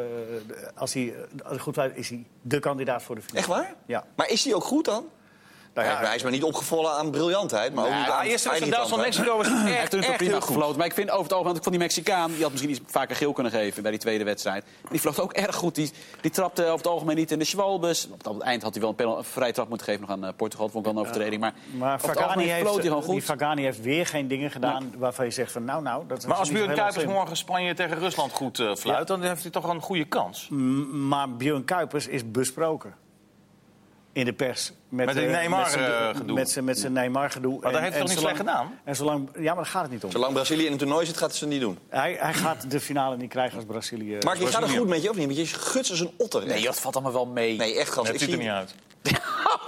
Speaker 2: als, hij, als hij goed fluit, is hij de kandidaat voor de finale.
Speaker 1: Echt waar?
Speaker 2: Ja.
Speaker 1: Maar is hij ook goed dan?
Speaker 2: Nou
Speaker 1: Hij- hij is maar niet opgevallen aan briljantheid, maar ook niet aan
Speaker 3: Ja, eerst was in
Speaker 1: irritantheid.
Speaker 3: Duitsland-Mexico was het
Speaker 4: Hij heeft
Speaker 3: echt,
Speaker 4: er
Speaker 3: echt
Speaker 4: prima
Speaker 3: heel goed.
Speaker 4: gefloten. Maar ik vind over het algemeen, ik vond die Mexicaan... die had misschien iets vaker geel kunnen geven bij die tweede wedstrijd. Die vloot ook erg goed. Die, die trapte over het algemeen niet in de Schwalbes. Op het eind had hij wel een, penal, een vrije trap moeten geven nog aan uh, Portugal. Dat vond ik wel een overtreding. Maar,
Speaker 2: Maar
Speaker 4: over het
Speaker 2: Fagani
Speaker 4: algemeen
Speaker 2: heeft,
Speaker 4: floot hij gewoon
Speaker 2: die
Speaker 4: goed.
Speaker 2: Fagani heeft weer geen dingen gedaan waarvan je zegt van nou, nou... Dat is
Speaker 3: Maar als
Speaker 2: niet zo
Speaker 3: Björn
Speaker 2: heel
Speaker 3: Kuipers
Speaker 2: slim.
Speaker 3: morgen Spanje tegen Rusland goed uh, fluit... dan heeft hij toch een goede kans.
Speaker 2: M- Maar Björn Kuipers is besproken. In de pers. Met,
Speaker 3: Met die
Speaker 2: eh,
Speaker 3: Neymar,
Speaker 2: met zijn-
Speaker 3: eh, gedoe.
Speaker 2: Met zijn, met zijn Neymar-gedoe.
Speaker 3: Maar dat heeft hij toch niet slecht gedaan?
Speaker 2: En zolang, ja, maar daar gaat het niet om.
Speaker 1: Zolang Brazilië in een toernooi zit, gaat het ze niet doen.
Speaker 2: Hij, hij gaat de finale niet krijgen als Brazilië.
Speaker 1: Mark, je gaat er
Speaker 3: Brazilië.
Speaker 1: goed met je, of niet? Want je guts als een otter.
Speaker 4: Nee,
Speaker 1: echt.
Speaker 4: dat valt allemaal wel mee.
Speaker 1: Nee, echt, gast.
Speaker 3: Het
Speaker 1: Ik
Speaker 3: ziet er
Speaker 1: zie...
Speaker 3: niet uit.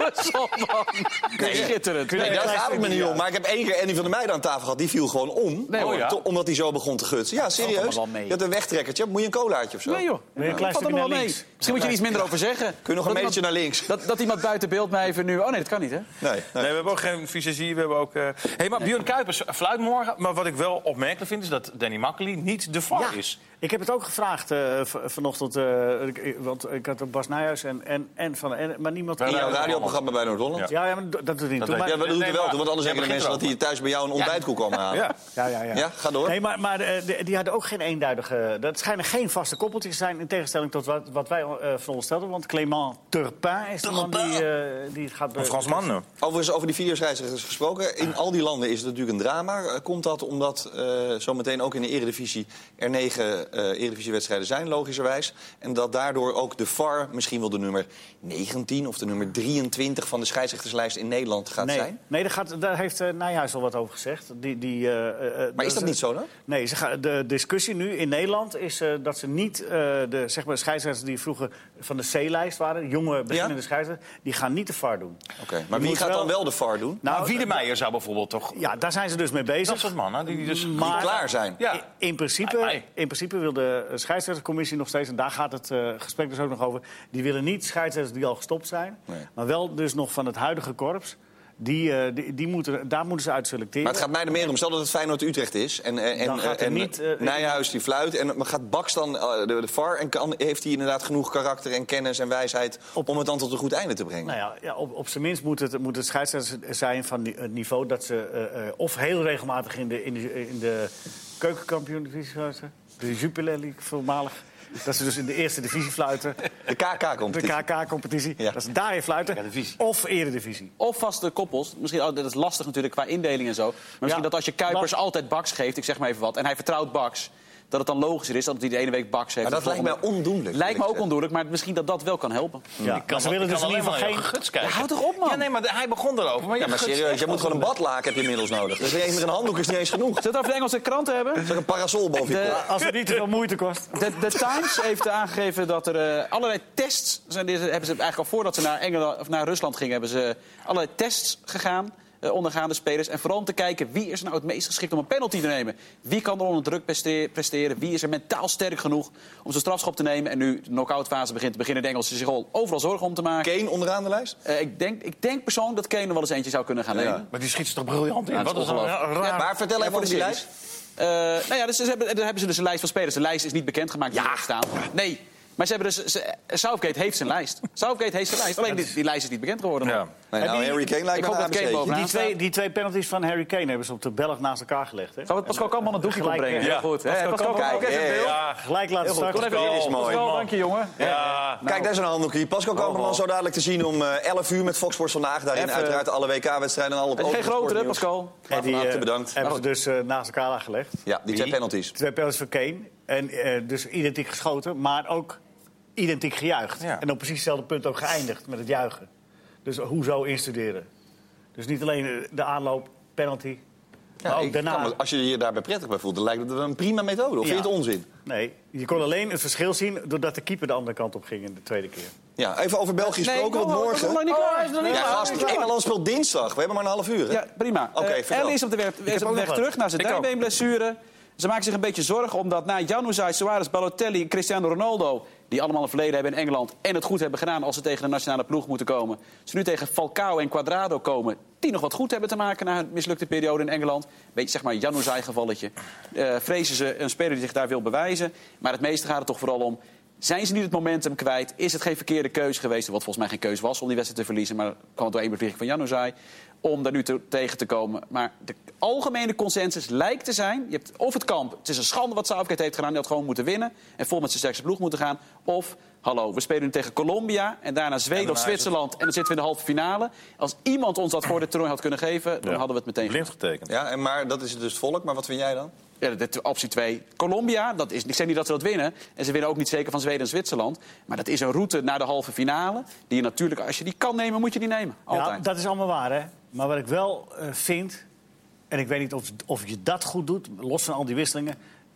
Speaker 4: Brussel, man. Nee, schitterend.
Speaker 1: Nee, daar gaat het me niet om. Maar ik heb één keer Andy van der Meijden aan tafel gehad. Die viel gewoon om.
Speaker 4: Nee, hoor.
Speaker 3: ja.
Speaker 1: To- omdat hij zo begon te gutsen. Ja, serieus.
Speaker 4: wel mee.
Speaker 1: Je hebt een wegtrekkertje. Moet je een colaatje of zo?
Speaker 4: Nee, joh.
Speaker 2: Weer een klein
Speaker 4: Valt er
Speaker 2: stukje
Speaker 4: wel
Speaker 2: naar
Speaker 4: mee.
Speaker 2: links.
Speaker 4: Misschien moet je er iets minder over zeggen.
Speaker 1: Kun je nog een
Speaker 4: Dat
Speaker 1: metertje
Speaker 4: iemand-
Speaker 1: naar links?
Speaker 4: Dat, dat iemand buiten beeld mij even nu... Oh nee, dat kan niet, hè?
Speaker 1: Nee. nee.
Speaker 3: Nee, we hebben ook geen visagie, we hebben ook... Uh... Hey, maar Björn Kuipers fluit morgen. Maar wat ik wel opmerkelijk vind, is dat Danny Makkely niet de V A R
Speaker 2: Ja.
Speaker 3: is.
Speaker 2: Ik heb het ook gevraagd uh, v- vanochtend, uh, ik- want ik had ook Bas Nijhuis en, en, en van... En, maar niemand...
Speaker 1: In jouw radioprogramma bij Noord-Holland?
Speaker 2: Ja, ja, maar d- dat doet niet
Speaker 3: Dat
Speaker 2: toe.
Speaker 3: weet-
Speaker 2: Maar,
Speaker 1: Ja, maar dat doet
Speaker 3: Nee,
Speaker 1: er wel
Speaker 3: maar-
Speaker 1: toe. Want anders
Speaker 3: jij
Speaker 1: zeggen de mensen dat
Speaker 3: begint
Speaker 1: hij thuis bij jou een ontbijtkoek kwam halen.
Speaker 3: Ja.
Speaker 2: ja, ja, ja.
Speaker 1: Ja, ga door.
Speaker 2: Nee, maar, maar uh, die, die hadden ook geen eenduidige... Dat schijnen geen vaste koppeltjes te zijn... in tegenstelling tot wat, wat wij uh, veronderstelden. Want Clément Turpin is de man die, uh, die het gaat...
Speaker 3: Een Fransman, nu.
Speaker 1: Overigens, over die videoscheidsrechters gesproken. In al die landen is het natuurlijk een drama. Uh, Komt dat omdat uh, zometeen ook in de Eredivisie er negen uh, Eredivisiewedstrijden zijn, logischerwijs. En dat daardoor ook de V A R misschien wel de nummer negentien of de nummer drieëntwintig van de scheidsrechterslijst in Nederland gaat
Speaker 2: nee,
Speaker 1: zijn?
Speaker 2: nee, daar, gaat, daar heeft uh, Nijhuis al wat over gezegd. Die, die, uh, uh,
Speaker 1: Maar is dat niet zo dan?
Speaker 2: Nee, ze gaan, de discussie nu in Nederland is uh, dat ze niet... Uh, de, zeg maar, de scheidsrechters die vroeger van de C-lijst waren... jonge beginnende
Speaker 1: Ja?
Speaker 2: scheidsrechters, die gaan niet de V A R doen.
Speaker 1: Oké, maar
Speaker 2: Die
Speaker 1: wie
Speaker 2: moet
Speaker 1: gaat
Speaker 2: wel-
Speaker 1: dan wel de V A R doen?
Speaker 2: Nou,
Speaker 3: Nou, Wiedemeyer zou bijvoorbeeld toch...
Speaker 2: Ja, daar zijn ze dus mee bezig.
Speaker 3: Dat soort mannen, die dus...
Speaker 2: Maar-
Speaker 1: Die klaar zijn.
Speaker 3: Ja.
Speaker 2: In, in principe,
Speaker 3: Nee.
Speaker 2: in principe wil de scheidsrechterscommissie nog steeds... en daar gaat het uh, gesprek dus ook nog over... die willen niet scheidsrechters die al gestopt zijn...
Speaker 1: Nee.
Speaker 2: maar wel dus nog van het huidige korps... Die, uh, die, die moeten, daar moeten ze uit selecteren.
Speaker 1: Maar het gaat mij er meer om. Stel dat het Feyenoord-Utrecht is. En, en,
Speaker 2: Dan gaat er
Speaker 1: en
Speaker 2: niet, uh,
Speaker 1: Nijhuis die fluit. En maar gaat Baks dan uh, de, de V A R? En kan, heeft hij inderdaad genoeg karakter en kennis en wijsheid...
Speaker 2: Op-
Speaker 1: om het dan tot een goed einde te brengen?
Speaker 2: Nou ja, ja, op, op zijn minst moet het, moet het scheidsrechters zijn van die- het niveau... dat ze uh, uh, of heel regelmatig in de, in de, in de keukenkampioen-divisie... de Jupiler League voormalig... dat ze dus in de eerste divisie fluiten.
Speaker 1: De K
Speaker 2: De
Speaker 1: K-competitie.
Speaker 2: K K-competitie.
Speaker 1: Ja.
Speaker 2: Dat ze daarin fluiten.
Speaker 3: Ja, divisie.
Speaker 2: Of eredivisie.
Speaker 4: Of vaste koppels. Misschien, oh, dat is lastig natuurlijk qua indeling en zo. Maar misschien
Speaker 2: Ja,
Speaker 4: dat als je Kuipers
Speaker 2: maar-
Speaker 4: altijd Baks geeft, ik zeg maar even wat... en hij vertrouwt Baks, dat het dan logischer is... dat hij de ene week Baks heeft.
Speaker 1: Maar dat
Speaker 4: en de
Speaker 1: lijkt mij
Speaker 4: volgende-
Speaker 1: ondoenlijk.
Speaker 4: Lijkt me
Speaker 1: eerlijk
Speaker 4: ook
Speaker 1: gezegd.
Speaker 4: ondoenlijk, maar misschien dat dat wel kan helpen.
Speaker 2: Ja.
Speaker 3: Ik kan,
Speaker 2: ze willen
Speaker 3: ik
Speaker 2: dus
Speaker 3: kan
Speaker 2: in ieder
Speaker 3: alleen
Speaker 2: geval
Speaker 3: maar
Speaker 2: geen...
Speaker 3: guts kijken.
Speaker 4: Ja, hou toch op, man.
Speaker 3: Ja, nee, maar hij begon erover. Maar,
Speaker 1: Ja, maar serieus, je moet gewoon een badlaken heb je inmiddels nodig. Dus eens met een handdoek is niet eens genoeg.
Speaker 4: Zullen we het over de Engelse kranten hebben?
Speaker 1: Zeg een parasol boven je
Speaker 4: De-
Speaker 1: kop.
Speaker 2: Als het niet te veel moeite kost.
Speaker 4: De, de Times heeft aangegeven dat er uh, allerlei tests zijn. Deze hebben ze eigenlijk al voordat ze naar, Engeland, of naar Rusland gingen, hebben ze allerlei tests gegaan. Uh, ondergaande spelers. En vooral om te kijken wie is nou het meest geschikt om een penalty te nemen. Wie kan er onder druk preste- presteren? Wie is er mentaal sterk genoeg om zijn strafschop te nemen? En nu de knock-outfase begint te beginnen. De Engelsen zich al overal zorgen om te maken.
Speaker 1: Kane onderaan de lijst?
Speaker 4: Uh, ik, denk, ik denk persoonlijk dat Kane er wel eens eentje zou kunnen gaan
Speaker 1: Ja.
Speaker 4: nemen.
Speaker 3: maar die schiet ze toch briljant in?
Speaker 4: Ja, dat
Speaker 3: Wat
Speaker 4: is
Speaker 3: is dan
Speaker 4: ongelooflijk.
Speaker 3: raar?
Speaker 1: Maar vertel
Speaker 4: Ja,
Speaker 1: even
Speaker 4: voor
Speaker 1: over
Speaker 4: de
Speaker 1: die
Speaker 4: series.
Speaker 1: lijst.
Speaker 4: Uh, nou ja, dus ze hebben, daar hebben ze dus een lijst van spelers. De lijst is niet bekendgemaakt wie er staan. Nee, maar ze hebben dus, ze, Southgate heeft zijn lijst. Southgate heeft zijn lijst. Alleen die, die lijst is niet bekend geworden.
Speaker 3: Ja.
Speaker 4: nog.
Speaker 1: Nee, nou,
Speaker 2: Heb je-
Speaker 1: Harry Kane lijkt
Speaker 4: Ik
Speaker 1: me
Speaker 4: hoop
Speaker 1: een
Speaker 4: dat Kane
Speaker 1: A B C'tje.
Speaker 4: bovenaan
Speaker 2: Die twee, die twee penalties van Harry Kane hebben ze op de Belg naast elkaar gelegd. Hè?
Speaker 4: Zou het Pascal Kamman een doekje
Speaker 2: Gelijk,
Speaker 4: opbrengen?
Speaker 2: ja.
Speaker 4: Heel goed.
Speaker 2: Pascal
Speaker 4: Hè, Pascal
Speaker 2: Kamman,
Speaker 4: Kamman, ook even
Speaker 1: kijk,
Speaker 4: een beeld.
Speaker 3: Ja,
Speaker 2: Gelijk laten
Speaker 4: Heel goed.
Speaker 2: starten.
Speaker 4: Kom even
Speaker 1: Pascal,
Speaker 4: hier.
Speaker 1: mooi,
Speaker 4: Pascal,
Speaker 1: man.
Speaker 4: dank je, jongen.
Speaker 3: ja.
Speaker 1: Kijk, daar is een handdoekje. Pascal Kamperman zo dadelijk te zien om uh, elf uur met Fox Sports vandaag. Daarin
Speaker 4: Even-
Speaker 1: uiteraard alle W K-wedstrijden en alle
Speaker 4: Het is geen grotere, hè, Pascal?
Speaker 2: En die
Speaker 1: Van harte
Speaker 2: eh,
Speaker 1: bedankt.
Speaker 2: hebben ze dus eh, naast elkaar aangelegd.
Speaker 1: Ja, die twee penalties.
Speaker 2: Twee penalties voor Kane. En eh, dus identiek geschoten, maar ook identiek gejuicht.
Speaker 3: Ja.
Speaker 2: En op precies hetzelfde punt ook geëindigd met het juichen. Dus hoezo instuderen? Dus niet alleen eh, de aanloop, penalty, maar
Speaker 1: Ja,
Speaker 2: ook
Speaker 1: ik
Speaker 2: daarna.
Speaker 1: kan me- als je je daarbij prettig bij voelt, dan lijkt het een prima methode. Of
Speaker 2: Ja.
Speaker 1: vind je het onzin?
Speaker 2: Nee, je kon alleen het verschil zien doordat de keeper de andere kant op ging in de tweede keer.
Speaker 1: Ja, even over België gesproken, want
Speaker 4: oh,
Speaker 1: morgen...
Speaker 4: dat is nog niet klaar.
Speaker 2: hij is nog niet
Speaker 1: Ja,
Speaker 2: klaar.
Speaker 1: gast, Engeland speelt dinsdag. We hebben maar een half uur, hè?
Speaker 4: Ja, prima.
Speaker 1: Oké,
Speaker 4: Eh,
Speaker 1: vertel.
Speaker 4: Ellie is op de weg, is op
Speaker 2: ook
Speaker 4: de weg
Speaker 2: nog
Speaker 4: terug
Speaker 2: wat.
Speaker 4: naar zijn
Speaker 3: Ik ook.
Speaker 4: dijbeenblessure. Ze maken zich een beetje zorgen omdat na Januzaj, Suarez, Balotelli en Cristiano Ronaldo... die allemaal een verleden hebben in Engeland en het goed hebben gedaan... als ze tegen de nationale ploeg moeten komen... ze nu tegen Falcao en Cuadrado komen... die nog wat goed hebben te maken na een mislukte periode in Engeland. Beetje zeg maar Januzaj-gevalletje. Uh, vrezen ze een speler die zich daar wil bewijzen. Maar het meeste gaat er toch vooral om... Zijn ze niet het momentum kwijt? Is het geen verkeerde keuze geweest? Wat volgens mij geen keuze was om die wedstrijd te verliezen. Maar kwam het door één bevlieging van Januzaj. Om daar nu te, tegen te komen. Maar de algemene consensus lijkt te zijn... Je hebt of het kamp, het is een schande wat Southgate heeft gedaan... die had gewoon moeten winnen en vol met zijn sterkste ploeg moeten gaan. Of, hallo, we spelen nu tegen Colombia... en daarna Zweden of Zwitserland en dan zitten we in de halve finale. Als iemand ons dat voor dit toernooi had kunnen geven... dan
Speaker 3: Ja.
Speaker 4: hadden we het meteen
Speaker 3: Blind getekend.
Speaker 1: Ja, en maar dat is dus het volk. Maar wat vind jij dan?
Speaker 4: Ja, de, optie twee. Colombia, dat is, ik zeg niet dat ze dat winnen. En ze winnen ook niet zeker van Zweden en Zwitserland. Maar dat is een route naar de halve finale. Die je natuurlijk, als je die kan nemen, moet je die nemen. Altijd.
Speaker 2: Ja, dat is allemaal waar, hè. Maar wat ik wel uh, vind... en ik weet niet of, of je dat goed doet, los van al die wisselingen...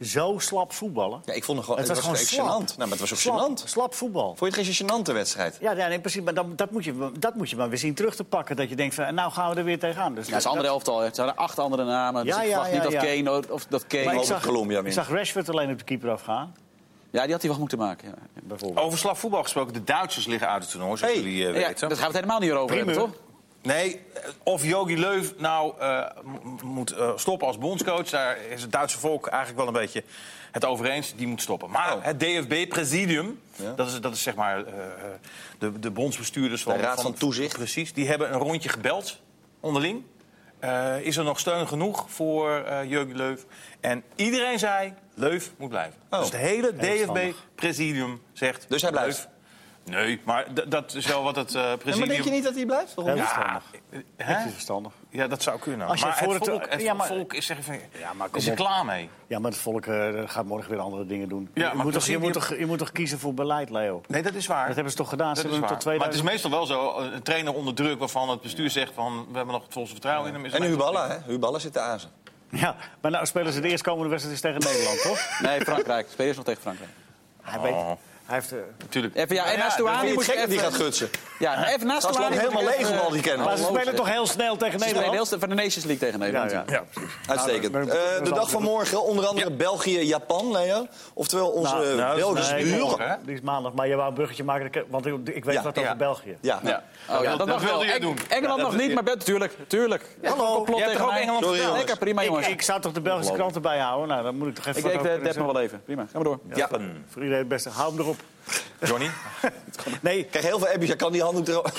Speaker 2: zo slap voetballen.
Speaker 1: Ja, ik vond het gewoon,
Speaker 2: Het
Speaker 1: het
Speaker 2: was
Speaker 1: was
Speaker 2: gewoon
Speaker 1: echt
Speaker 2: slap.
Speaker 1: gênant. Nou, maar het was ook
Speaker 2: Slap,
Speaker 1: gênant.
Speaker 2: slap voetbal.
Speaker 1: Vond je het geen gênante wedstrijd?
Speaker 2: Ja, ja nee, precies. Maar dat, dat, moet je, dat moet je maar weer zien terug te pakken. Dat je denkt van, nou gaan we er weer tegenaan. Dus
Speaker 4: Ja, het is een andere elftal. Hè. Er zijn acht andere namen. Dus
Speaker 2: Ja,
Speaker 4: ik
Speaker 2: ja,
Speaker 4: verwacht
Speaker 2: ja,
Speaker 4: niet dat
Speaker 2: ja.
Speaker 4: Kane... Of dat Kane
Speaker 2: Maar ik
Speaker 1: Over
Speaker 2: zag,
Speaker 1: Colombia
Speaker 2: ik
Speaker 1: wint.
Speaker 2: zag Rashford alleen op de keeper afgaan.
Speaker 4: Ja, die had hij wel moeten maken. Ja.
Speaker 2: Bijvoorbeeld.
Speaker 3: Over slap voetbal gesproken, de Duitsers liggen uit het toernooi, zoals
Speaker 1: Hey.
Speaker 3: jullie uh,
Speaker 4: Ja,
Speaker 3: weten.
Speaker 4: daar gaan we het helemaal niet over hebben,
Speaker 2: Primeur.
Speaker 4: toch?
Speaker 3: Nee, of Jogi Löw nou uh, m- moet uh, stoppen als bondscoach... daar is het Duitse volk eigenlijk wel een beetje het over eens. Die moet stoppen. Maar
Speaker 1: Oh.
Speaker 3: het D F B-presidium,
Speaker 1: Ja.
Speaker 3: dat, is, dat is zeg maar uh, de, de bondsbestuurders van...
Speaker 1: De Raad van Toezicht.
Speaker 3: Precies, die hebben een rondje gebeld, onderling. Uh, is er nog steun genoeg voor uh, Jogi Löw? En iedereen zei, Löw moet blijven.
Speaker 1: Oh.
Speaker 3: Dus het hele
Speaker 2: Heel
Speaker 3: D F
Speaker 2: verstandig.
Speaker 3: B-presidium zegt...
Speaker 1: Dus hij blijft?
Speaker 3: Löw. Nee, maar d- dat is wel wat het uh,
Speaker 1: Ja,
Speaker 3: presidium...
Speaker 1: maar denk je niet dat hij blijft? Waarom
Speaker 2: Heel
Speaker 1: niet?
Speaker 2: verstandig.
Speaker 3: hè?
Speaker 2: Dat is verstandig.
Speaker 3: Ja, dat zou kunnen.
Speaker 2: Als je
Speaker 3: maar
Speaker 2: voor
Speaker 3: het
Speaker 2: het-
Speaker 3: volk, het
Speaker 2: ja, maar-
Speaker 3: volk is zeggen van...
Speaker 2: Ja, maar kom
Speaker 3: is er
Speaker 2: op.
Speaker 3: klaar mee?
Speaker 2: Ja, maar het volk eh, gaat morgen weer andere dingen doen.
Speaker 3: Ja,
Speaker 2: je,
Speaker 3: maar
Speaker 2: moet toch, je,
Speaker 3: presidium-
Speaker 2: moet toch, je moet toch kiezen voor beleid, Leo?
Speaker 3: Nee, dat is waar.
Speaker 2: Dat hebben ze toch gedaan? Ze
Speaker 3: Dat is
Speaker 2: hebben
Speaker 3: waar.
Speaker 2: hem tot
Speaker 3: Maar het is
Speaker 2: tweeduizend...
Speaker 3: meestal wel zo, een trainer onder druk... waarvan het bestuur zegt van... we hebben nog het volste vertrouwen in hem. Is
Speaker 1: En
Speaker 3: het
Speaker 1: Huballa, hè? Huballa zit te azen.
Speaker 2: Ja, maar nou spelen ze de eerstkomende wedstrijd is tegen Nederland, toch?
Speaker 4: Nee, Frankrijk. Spelen ze nog tegen Frankrijk.
Speaker 2: Hij weet...
Speaker 3: Oh.
Speaker 2: Hij heeft... eh,
Speaker 3: Natuurlijk.
Speaker 4: Even, ja, en naast
Speaker 1: Vind
Speaker 4: Touani
Speaker 1: je
Speaker 4: moet
Speaker 1: het
Speaker 4: ik
Speaker 1: gek dat die
Speaker 4: even...
Speaker 1: gaat gutsen?
Speaker 4: Ja, even naast
Speaker 1: Straks
Speaker 4: Touani
Speaker 1: loopt
Speaker 4: moet ik
Speaker 1: helemaal
Speaker 4: even-
Speaker 1: leeg om al die kennen.
Speaker 2: maar ze
Speaker 4: Hallo,
Speaker 2: spelen
Speaker 4: zeg.
Speaker 2: toch heel snel tegen
Speaker 4: Ze spelen
Speaker 2: Nederland?
Speaker 4: heel van de Nations League tegen
Speaker 2: Ja,
Speaker 4: Nederland.
Speaker 2: ja, ja, precies.
Speaker 1: Uitstekend.
Speaker 2: Nou,
Speaker 1: Eh,
Speaker 2: dat-
Speaker 1: de
Speaker 2: dat-
Speaker 1: dag van morgen, onder andere België-Japan, Leo. Oftewel onze
Speaker 2: Nou,
Speaker 3: nou,
Speaker 1: Belgische
Speaker 3: nee,
Speaker 1: buren.
Speaker 3: morgen, hè?
Speaker 2: Die is maandag, maar je wou een bruggetje maken, ik- want ik, ik weet
Speaker 1: Ja,
Speaker 2: wat over
Speaker 3: ja.
Speaker 2: België.
Speaker 1: Ja.
Speaker 4: Ja. Oh, ja, dat,
Speaker 3: dat
Speaker 4: mag
Speaker 3: wilde
Speaker 4: wel.
Speaker 3: je
Speaker 4: Eng-
Speaker 3: doen.
Speaker 4: Engeland
Speaker 3: Ja,
Speaker 4: nog
Speaker 3: dat-
Speaker 4: niet, maar natuurlijk. Tuurlijk.
Speaker 2: Hallo.
Speaker 4: Complot
Speaker 3: Je hebt
Speaker 4: tegen
Speaker 3: toch ook
Speaker 4: mij.
Speaker 3: Engeland
Speaker 1: Sorry,
Speaker 3: verteld?
Speaker 1: jongens.
Speaker 4: Lekker, prima jongens.
Speaker 2: Ik, ik zou toch de Belgische kranten bijhouden? Nou, dan moet ik toch even
Speaker 4: Ik
Speaker 2: wat
Speaker 4: denk,
Speaker 2: over
Speaker 4: uh, dat
Speaker 2: kunnen
Speaker 4: nog wel even. Prima, gaan we door.
Speaker 1: Ja.
Speaker 2: Voor iedereen het beste. Hou hem erop.
Speaker 3: Johnny?
Speaker 2: Nee,
Speaker 1: Ik krijg heel veel appjes. Ja, kan die handdoek erop?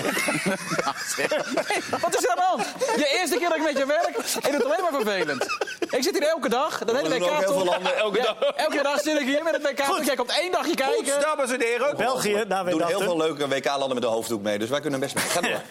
Speaker 4: Wat is er aan de hand? Je eerste keer dat ik met je werk, en je doet alleen maar vervelend. Ik zit hier elke dag, dat hele
Speaker 1: doen
Speaker 4: W K
Speaker 1: ook heel
Speaker 4: toch?
Speaker 1: veel landen.
Speaker 3: Elke
Speaker 4: Ja,
Speaker 3: dag.
Speaker 4: elke dag zit ik hier met het W K. Goed. Jij komt één dagje
Speaker 3: Goed,
Speaker 4: kijken.
Speaker 3: dames en heren.
Speaker 2: België, nou weet
Speaker 1: doen
Speaker 2: dat.
Speaker 1: heel
Speaker 2: hè.
Speaker 1: veel leuke W K-landen met de hoofddoek mee. Dus wij kunnen best mee. Ga door.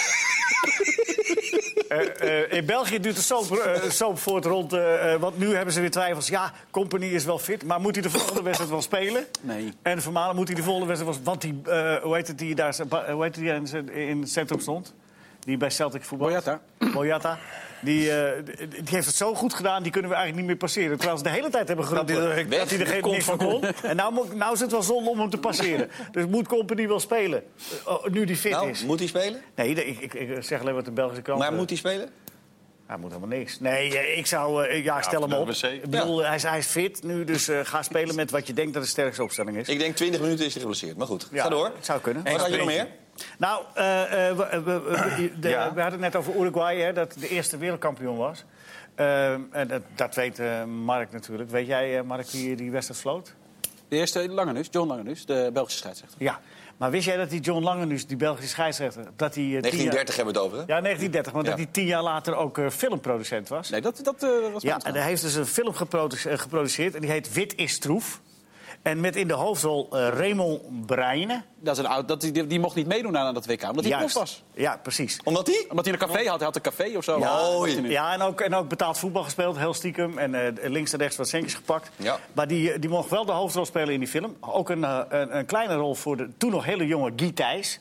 Speaker 2: Eh, eh, in België duurt de soap, eh, soap voort rond. eh, eh, want nu hebben ze weer twijfels. Ja, Company is wel fit, maar moet hij de volgende wedstrijd wel spelen?
Speaker 4: Nee.
Speaker 2: En Vermalen moet hij de volgende wedstrijd wel... Want die, eh, hoe heet het, die daar eh, hoe heet het, die in, in het centrum stond? Die bij Celtic voetbal.
Speaker 4: Boyata.
Speaker 2: Boyata. Die, eh, die die heeft het zo goed gedaan, die kunnen we eigenlijk niet meer passeren. Terwijl ze de hele tijd hebben geroepen
Speaker 3: Dat hij er-
Speaker 2: dat hij er geen niks van kon. En nou, moet- nou is het wel zonde om hem te passeren. Dus moet Company wel spelen, eh, oh, nu die fit
Speaker 1: Nou,
Speaker 2: is.
Speaker 1: moet hij spelen?
Speaker 2: Nee, ik, ik, ik zeg alleen wat de Belgische krant...
Speaker 1: Maar moet hij spelen?
Speaker 2: Hij moet helemaal niks. Nee, eh, ik zou... eh, ja, stel hem
Speaker 3: de
Speaker 2: op.
Speaker 3: W C.
Speaker 2: Ik bedoel, hij, is, hij is fit nu, dus eh, ga spelen met wat je denkt dat de sterkste opstelling is.
Speaker 1: Ik denk twintig minuten is hij geblesseerd. Maar goed,
Speaker 2: Ja,
Speaker 1: ga door.
Speaker 2: Het zou kunnen.
Speaker 1: Wat had je nog meer?
Speaker 2: Nou, eh, eh, we, we- we- de-
Speaker 3: Ja.
Speaker 2: we hadden het net over Uruguay, hè, dat de eerste wereldkampioen was. Eh, en dat, dat weet eh, Mark natuurlijk. Weet jij, eh, Mark, wie die wedstrijd floot?
Speaker 4: De eerste Langenus, John Langenus, de Belgische scheidsrechter.
Speaker 2: Ja. Maar wist jij dat die John Langenus, die Belgische scheidsrechter... Dat die, eh, tien jaar-
Speaker 1: negentien dertig hebben we het over, hè?
Speaker 2: Ja, negentien dertig. Maar
Speaker 1: Ja.
Speaker 2: dat hij tien jaar later ook eh, filmproducent was.
Speaker 4: Nee, dat, dat eh, was
Speaker 2: Ja,
Speaker 4: mijn
Speaker 2: en hij heeft dus een film geproduce- eh, geproduceerd en die heet Wit is Troef. En met in de hoofdrol eh, Raymond Breine.
Speaker 4: Dat is een oud, dat, die, die mocht niet meedoen aan dat W K, omdat hij prof was.
Speaker 2: Ja, precies.
Speaker 1: Omdat hij?
Speaker 4: Omdat hij een café had, hij had een café of zo.
Speaker 1: Ja,
Speaker 4: Wat
Speaker 1: oei.
Speaker 4: hij nu-
Speaker 2: Ja, en ook, en ook betaald voetbal gespeeld, heel stiekem. En eh, links en rechts wat centjes gepakt.
Speaker 1: Ja.
Speaker 2: Maar die, die mocht wel de hoofdrol spelen in die film. Ook een, eh, een, een kleine rol voor de toen nog hele jonge Guy Thijs.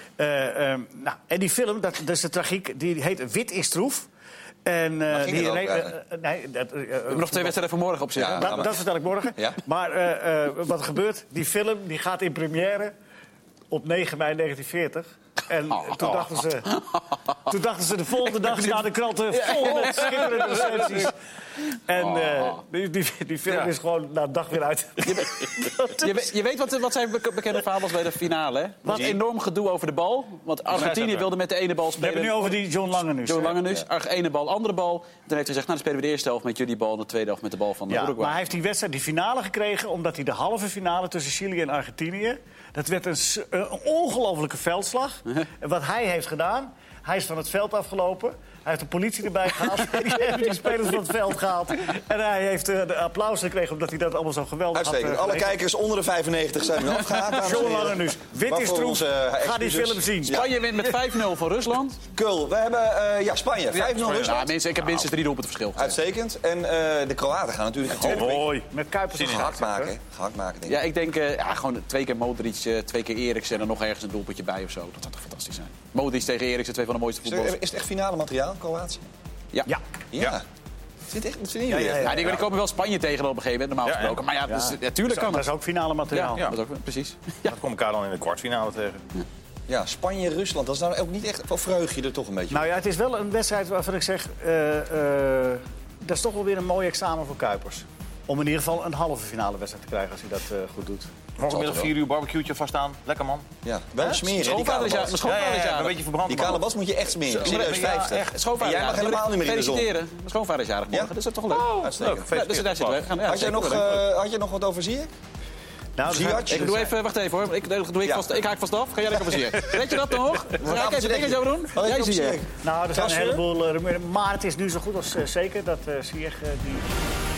Speaker 2: Eh, eh, nou, en die film, dat, dat is de tragiek, die heet Wit is Troef. En, eh,
Speaker 1: Waar ging
Speaker 2: die,
Speaker 1: het over
Speaker 2: nee, eh,
Speaker 1: eigenlijk?
Speaker 2: eh, nee, dat, eh,
Speaker 4: We hebben nog twee wedstrijden voor morgen op zitten.
Speaker 1: Ja.
Speaker 2: Dat,
Speaker 1: maar-
Speaker 2: dat vertel ik morgen.
Speaker 1: Ja.
Speaker 2: Maar eh, eh, wat er gebeurt, die film die gaat in première op negen mei negentien veertig. En
Speaker 4: Oh.
Speaker 2: toen, dachten ze, toen dachten ze de volgende dag staan de kranten vol met schitterende recensies. En eh, die, die, die film
Speaker 3: Ja.
Speaker 2: is gewoon na een dag weer uit.
Speaker 4: Je, weet- je weet wat, wat zijn bek- bekende verhaal was bij de finale, hè? Wat enorm gedoe over de bal. Want Argentinië wilde met de ene bal
Speaker 2: We hebben
Speaker 4: spelen.
Speaker 2: nu over die John Langenus.
Speaker 4: Joe
Speaker 2: hè?
Speaker 4: Langenus, Arg ene bal, andere bal. Dan heeft hij gezegd, nou, dan spelen we de eerste helft met jullie bal... en de tweede helft met de bal van
Speaker 2: Ja,
Speaker 4: Uruguay.
Speaker 2: maar hij heeft die wedstrijd, die finale gekregen... omdat hij de halve finale tussen Chili en Argentinië... dat werd een, s- een ongelofelijke veldslag. En wat hij heeft gedaan, hij is van het veld afgelopen... Hij heeft de politie erbij gehaald. Die hebben die spelers van het veld gehaald. En hij heeft eh, de applaus gekregen omdat hij dat allemaal zo geweldig
Speaker 1: Uitstekend.
Speaker 2: had. eh,
Speaker 1: Alle
Speaker 2: geregeld.
Speaker 1: kijkers onder de vijfennegentig zijn nu afgehaakt. dames en
Speaker 2: John
Speaker 1: heren.
Speaker 2: Langenus. Wit is
Speaker 1: Waarvoor
Speaker 2: troef.
Speaker 1: onze, eh,
Speaker 2: Ga die
Speaker 1: excuses.
Speaker 2: film zien.
Speaker 1: Ja.
Speaker 4: Spanje wint met vijf nul van Rusland.
Speaker 1: Cool. We hebben eh, ja, Spanje. vijf nul
Speaker 4: Ja,
Speaker 1: Rusland.
Speaker 4: mensen, ik heb minstens drie doelpunten verschil gezien.
Speaker 1: Uitstekend. En eh, de Kroaten gaan natuurlijk het tweede
Speaker 2: Mooi. Met Kuipers als
Speaker 1: gehakt
Speaker 2: scheidsrechter.
Speaker 1: maken. Gehakt maken, denk ik.
Speaker 4: Ja, ik denk eh, ja, gewoon twee keer Modric, eh, twee keer Eriksen... en dan nog ergens een doelpuntje bij of zo. Dat zou toch fantastisch zijn. Modric tegen Eriksen, twee van de mooiste
Speaker 1: Is,
Speaker 4: voetballers.
Speaker 1: er, is het echt finale materiaal, Kroatië?
Speaker 4: Ja.
Speaker 2: Ja.
Speaker 1: Ja. Vind echt, dat vinden jullie
Speaker 2: Ja, ja,
Speaker 1: echt?
Speaker 4: Ja, die, die komen wel Spanje tegen op een gegeven moment, normaal
Speaker 3: Ja,
Speaker 4: gesproken. Maar ja,
Speaker 2: Ja.
Speaker 4: dus, natuurlijk kan
Speaker 2: Dat
Speaker 4: het.
Speaker 2: is ook finale materiaal.
Speaker 4: Ja, dat is ook, precies. Ja.
Speaker 3: Dat komt elkaar dan in de kwartfinale tegen.
Speaker 1: Ja, Spanje, Rusland, dat is nou ook niet echt... Of verheug je er toch een beetje
Speaker 2: Nou ja, het is wel een wedstrijd waarvan ik zeg... Uh, uh, dat is toch wel weer een mooi examen voor Kuipers. Om in ieder geval een halve finale wedstrijd te krijgen als hij dat uh, goed doet.
Speaker 3: Morgenmiddag vier uur barbecue'tje vast aan. Lekker man.
Speaker 1: Ja, wel smeren, hè, die
Speaker 4: Schoonvader is ja-
Speaker 1: kalebas.
Speaker 4: mijn schoonvader is
Speaker 3: Ja, ja,
Speaker 4: jarig.
Speaker 3: een beetje verbrand.
Speaker 1: Die kalebas moet je echt smeren.
Speaker 3: Zo,
Speaker 1: Serieus,
Speaker 3: ja,
Speaker 1: vijftig.
Speaker 3: echt.
Speaker 4: Schoonvader
Speaker 1: En jij mag
Speaker 4: jarig.
Speaker 1: helemaal niet meer in de zon.
Speaker 4: Feliciteren. Mijn schoonvader is jarig morgen,
Speaker 1: Ja?
Speaker 4: dus dat is toch wel leuk.
Speaker 3: Leuk,
Speaker 4: Ja, dus daar zitten we. Gaan, ja,
Speaker 1: Had jij,
Speaker 4: zeker.
Speaker 1: nog, uh, had jij nog wat over Ziyech?
Speaker 2: Nou,
Speaker 1: Ziyech?
Speaker 2: er zijn-
Speaker 4: Ik doe even, wacht even hoor. Ik, doe ik,
Speaker 1: Ja.
Speaker 4: vast, ik haak vast af. Ga jij lekker plezier. Weet je dat nog? Ga ik
Speaker 1: gaan
Speaker 4: even
Speaker 1: we
Speaker 4: dingen zo doen?
Speaker 1: Oh,
Speaker 4: Jij
Speaker 1: op
Speaker 4: zie je.
Speaker 1: Ziyech.
Speaker 2: Nou, er zijn een
Speaker 1: Klasse?
Speaker 2: heleboel... Uh, maar het is nu zo goed als uh, zeker dat uh, Ziyech... Uh, die